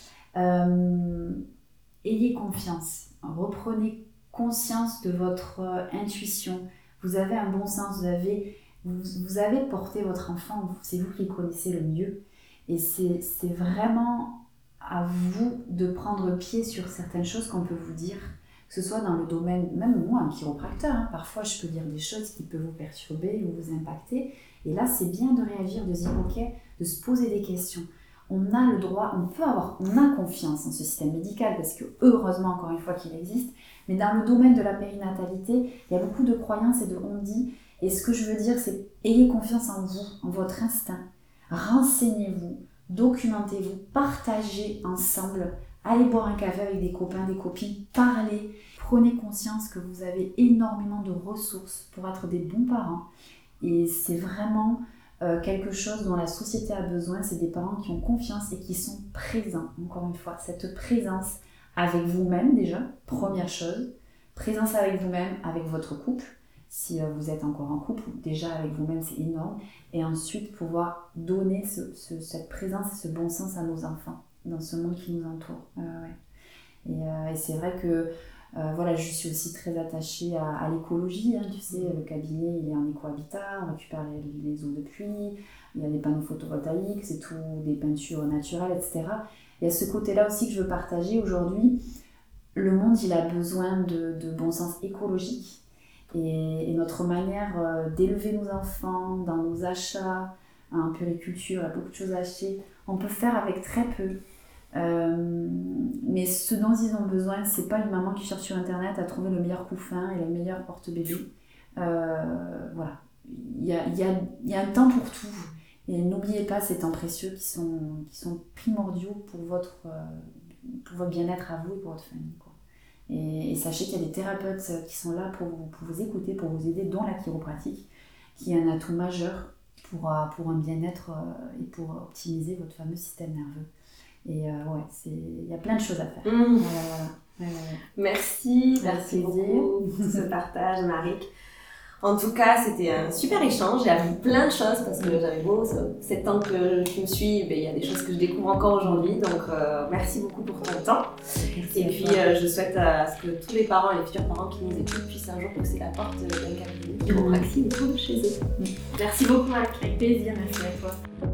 ayez confiance, reprenez conscience de votre intuition. Vous avez un bon sens, vous avez porté votre enfant, c'est vous qui le connaissez le mieux. Et c'est vraiment à vous de prendre pied sur certaines choses qu'on peut vous dire, que ce soit dans le domaine, même moi, un chiropracteur, hein, parfois je peux dire des choses qui peuvent vous perturber ou vous impacter, et là c'est bien de réagir, de se dire ok, de se poser des questions. On a le droit, on a confiance en ce système médical, parce que heureusement encore une fois qu'il existe, mais dans le domaine de la périnatalité, il y a beaucoup de croyances et de on-dit, et ce que je veux dire c'est ayez confiance en vous, en votre instinct, renseignez-vous, documentez-vous, partagez ensemble allez boire un café avec des copains, des copines, parlez, prenez conscience que vous avez énormément de ressources pour être des bons parents. Et c'est vraiment quelque chose dont la société a besoin, c'est des parents qui ont confiance et qui sont présents. Encore une fois, cette présence avec vous-même déjà, première chose. Présence avec vous-même, avec votre couple. Si vous êtes encore en couple, déjà avec vous-même, c'est énorme. Et ensuite, pouvoir donner cette présence et ce bon sens à nos enfants dans ce monde qui nous entoure. Et c'est vrai que voilà, je suis aussi très attachée à l'écologie. Tu sais, le cabinet, il est en éco-habitat, on récupère les eaux de pluie, il y a des panneaux photovoltaïques, c'est tout des peintures naturelles, etc. Il y a ce côté-là aussi que je veux partager aujourd'hui. Le monde, il a besoin de bon sens écologique. Et notre manière d'élever nos enfants, dans nos achats, en puriculture, il y a beaucoup de choses à acheter, on peut faire avec très peu. Mais ce dont ils ont besoin, c'est pas une maman qui cherche sur internet à trouver le meilleur couffin et le meilleur porte-bébé. Voilà, il y a un temps pour tout. Et n'oubliez pas ces temps précieux qui sont primordiaux pour votre bien-être à vous et pour votre famille, quoi. Et sachez qu'il y a des thérapeutes qui sont là pour vous écouter, pour vous aider, dont la chiropratique, qui est un atout majeur pour un bien-être et pour optimiser votre fameux système nerveux. Et il y a plein de choses à faire. Voilà. Merci beaucoup pour ce partage, Maric. En tout cas, c'était un super échange. J'ai appris plein de choses parce que j'avais beau 7 ans que je me suis, il y a des choses que je découvre encore aujourd'hui. Donc, merci beaucoup pour ton temps. Et puis, je souhaite à ce que tous les parents et les futurs parents qui nous écoutent puissent un jour pousser la porte d'un cabinet chiropraxie autour de chez eux. Merci beaucoup, Maric. Avec plaisir, merci à toi.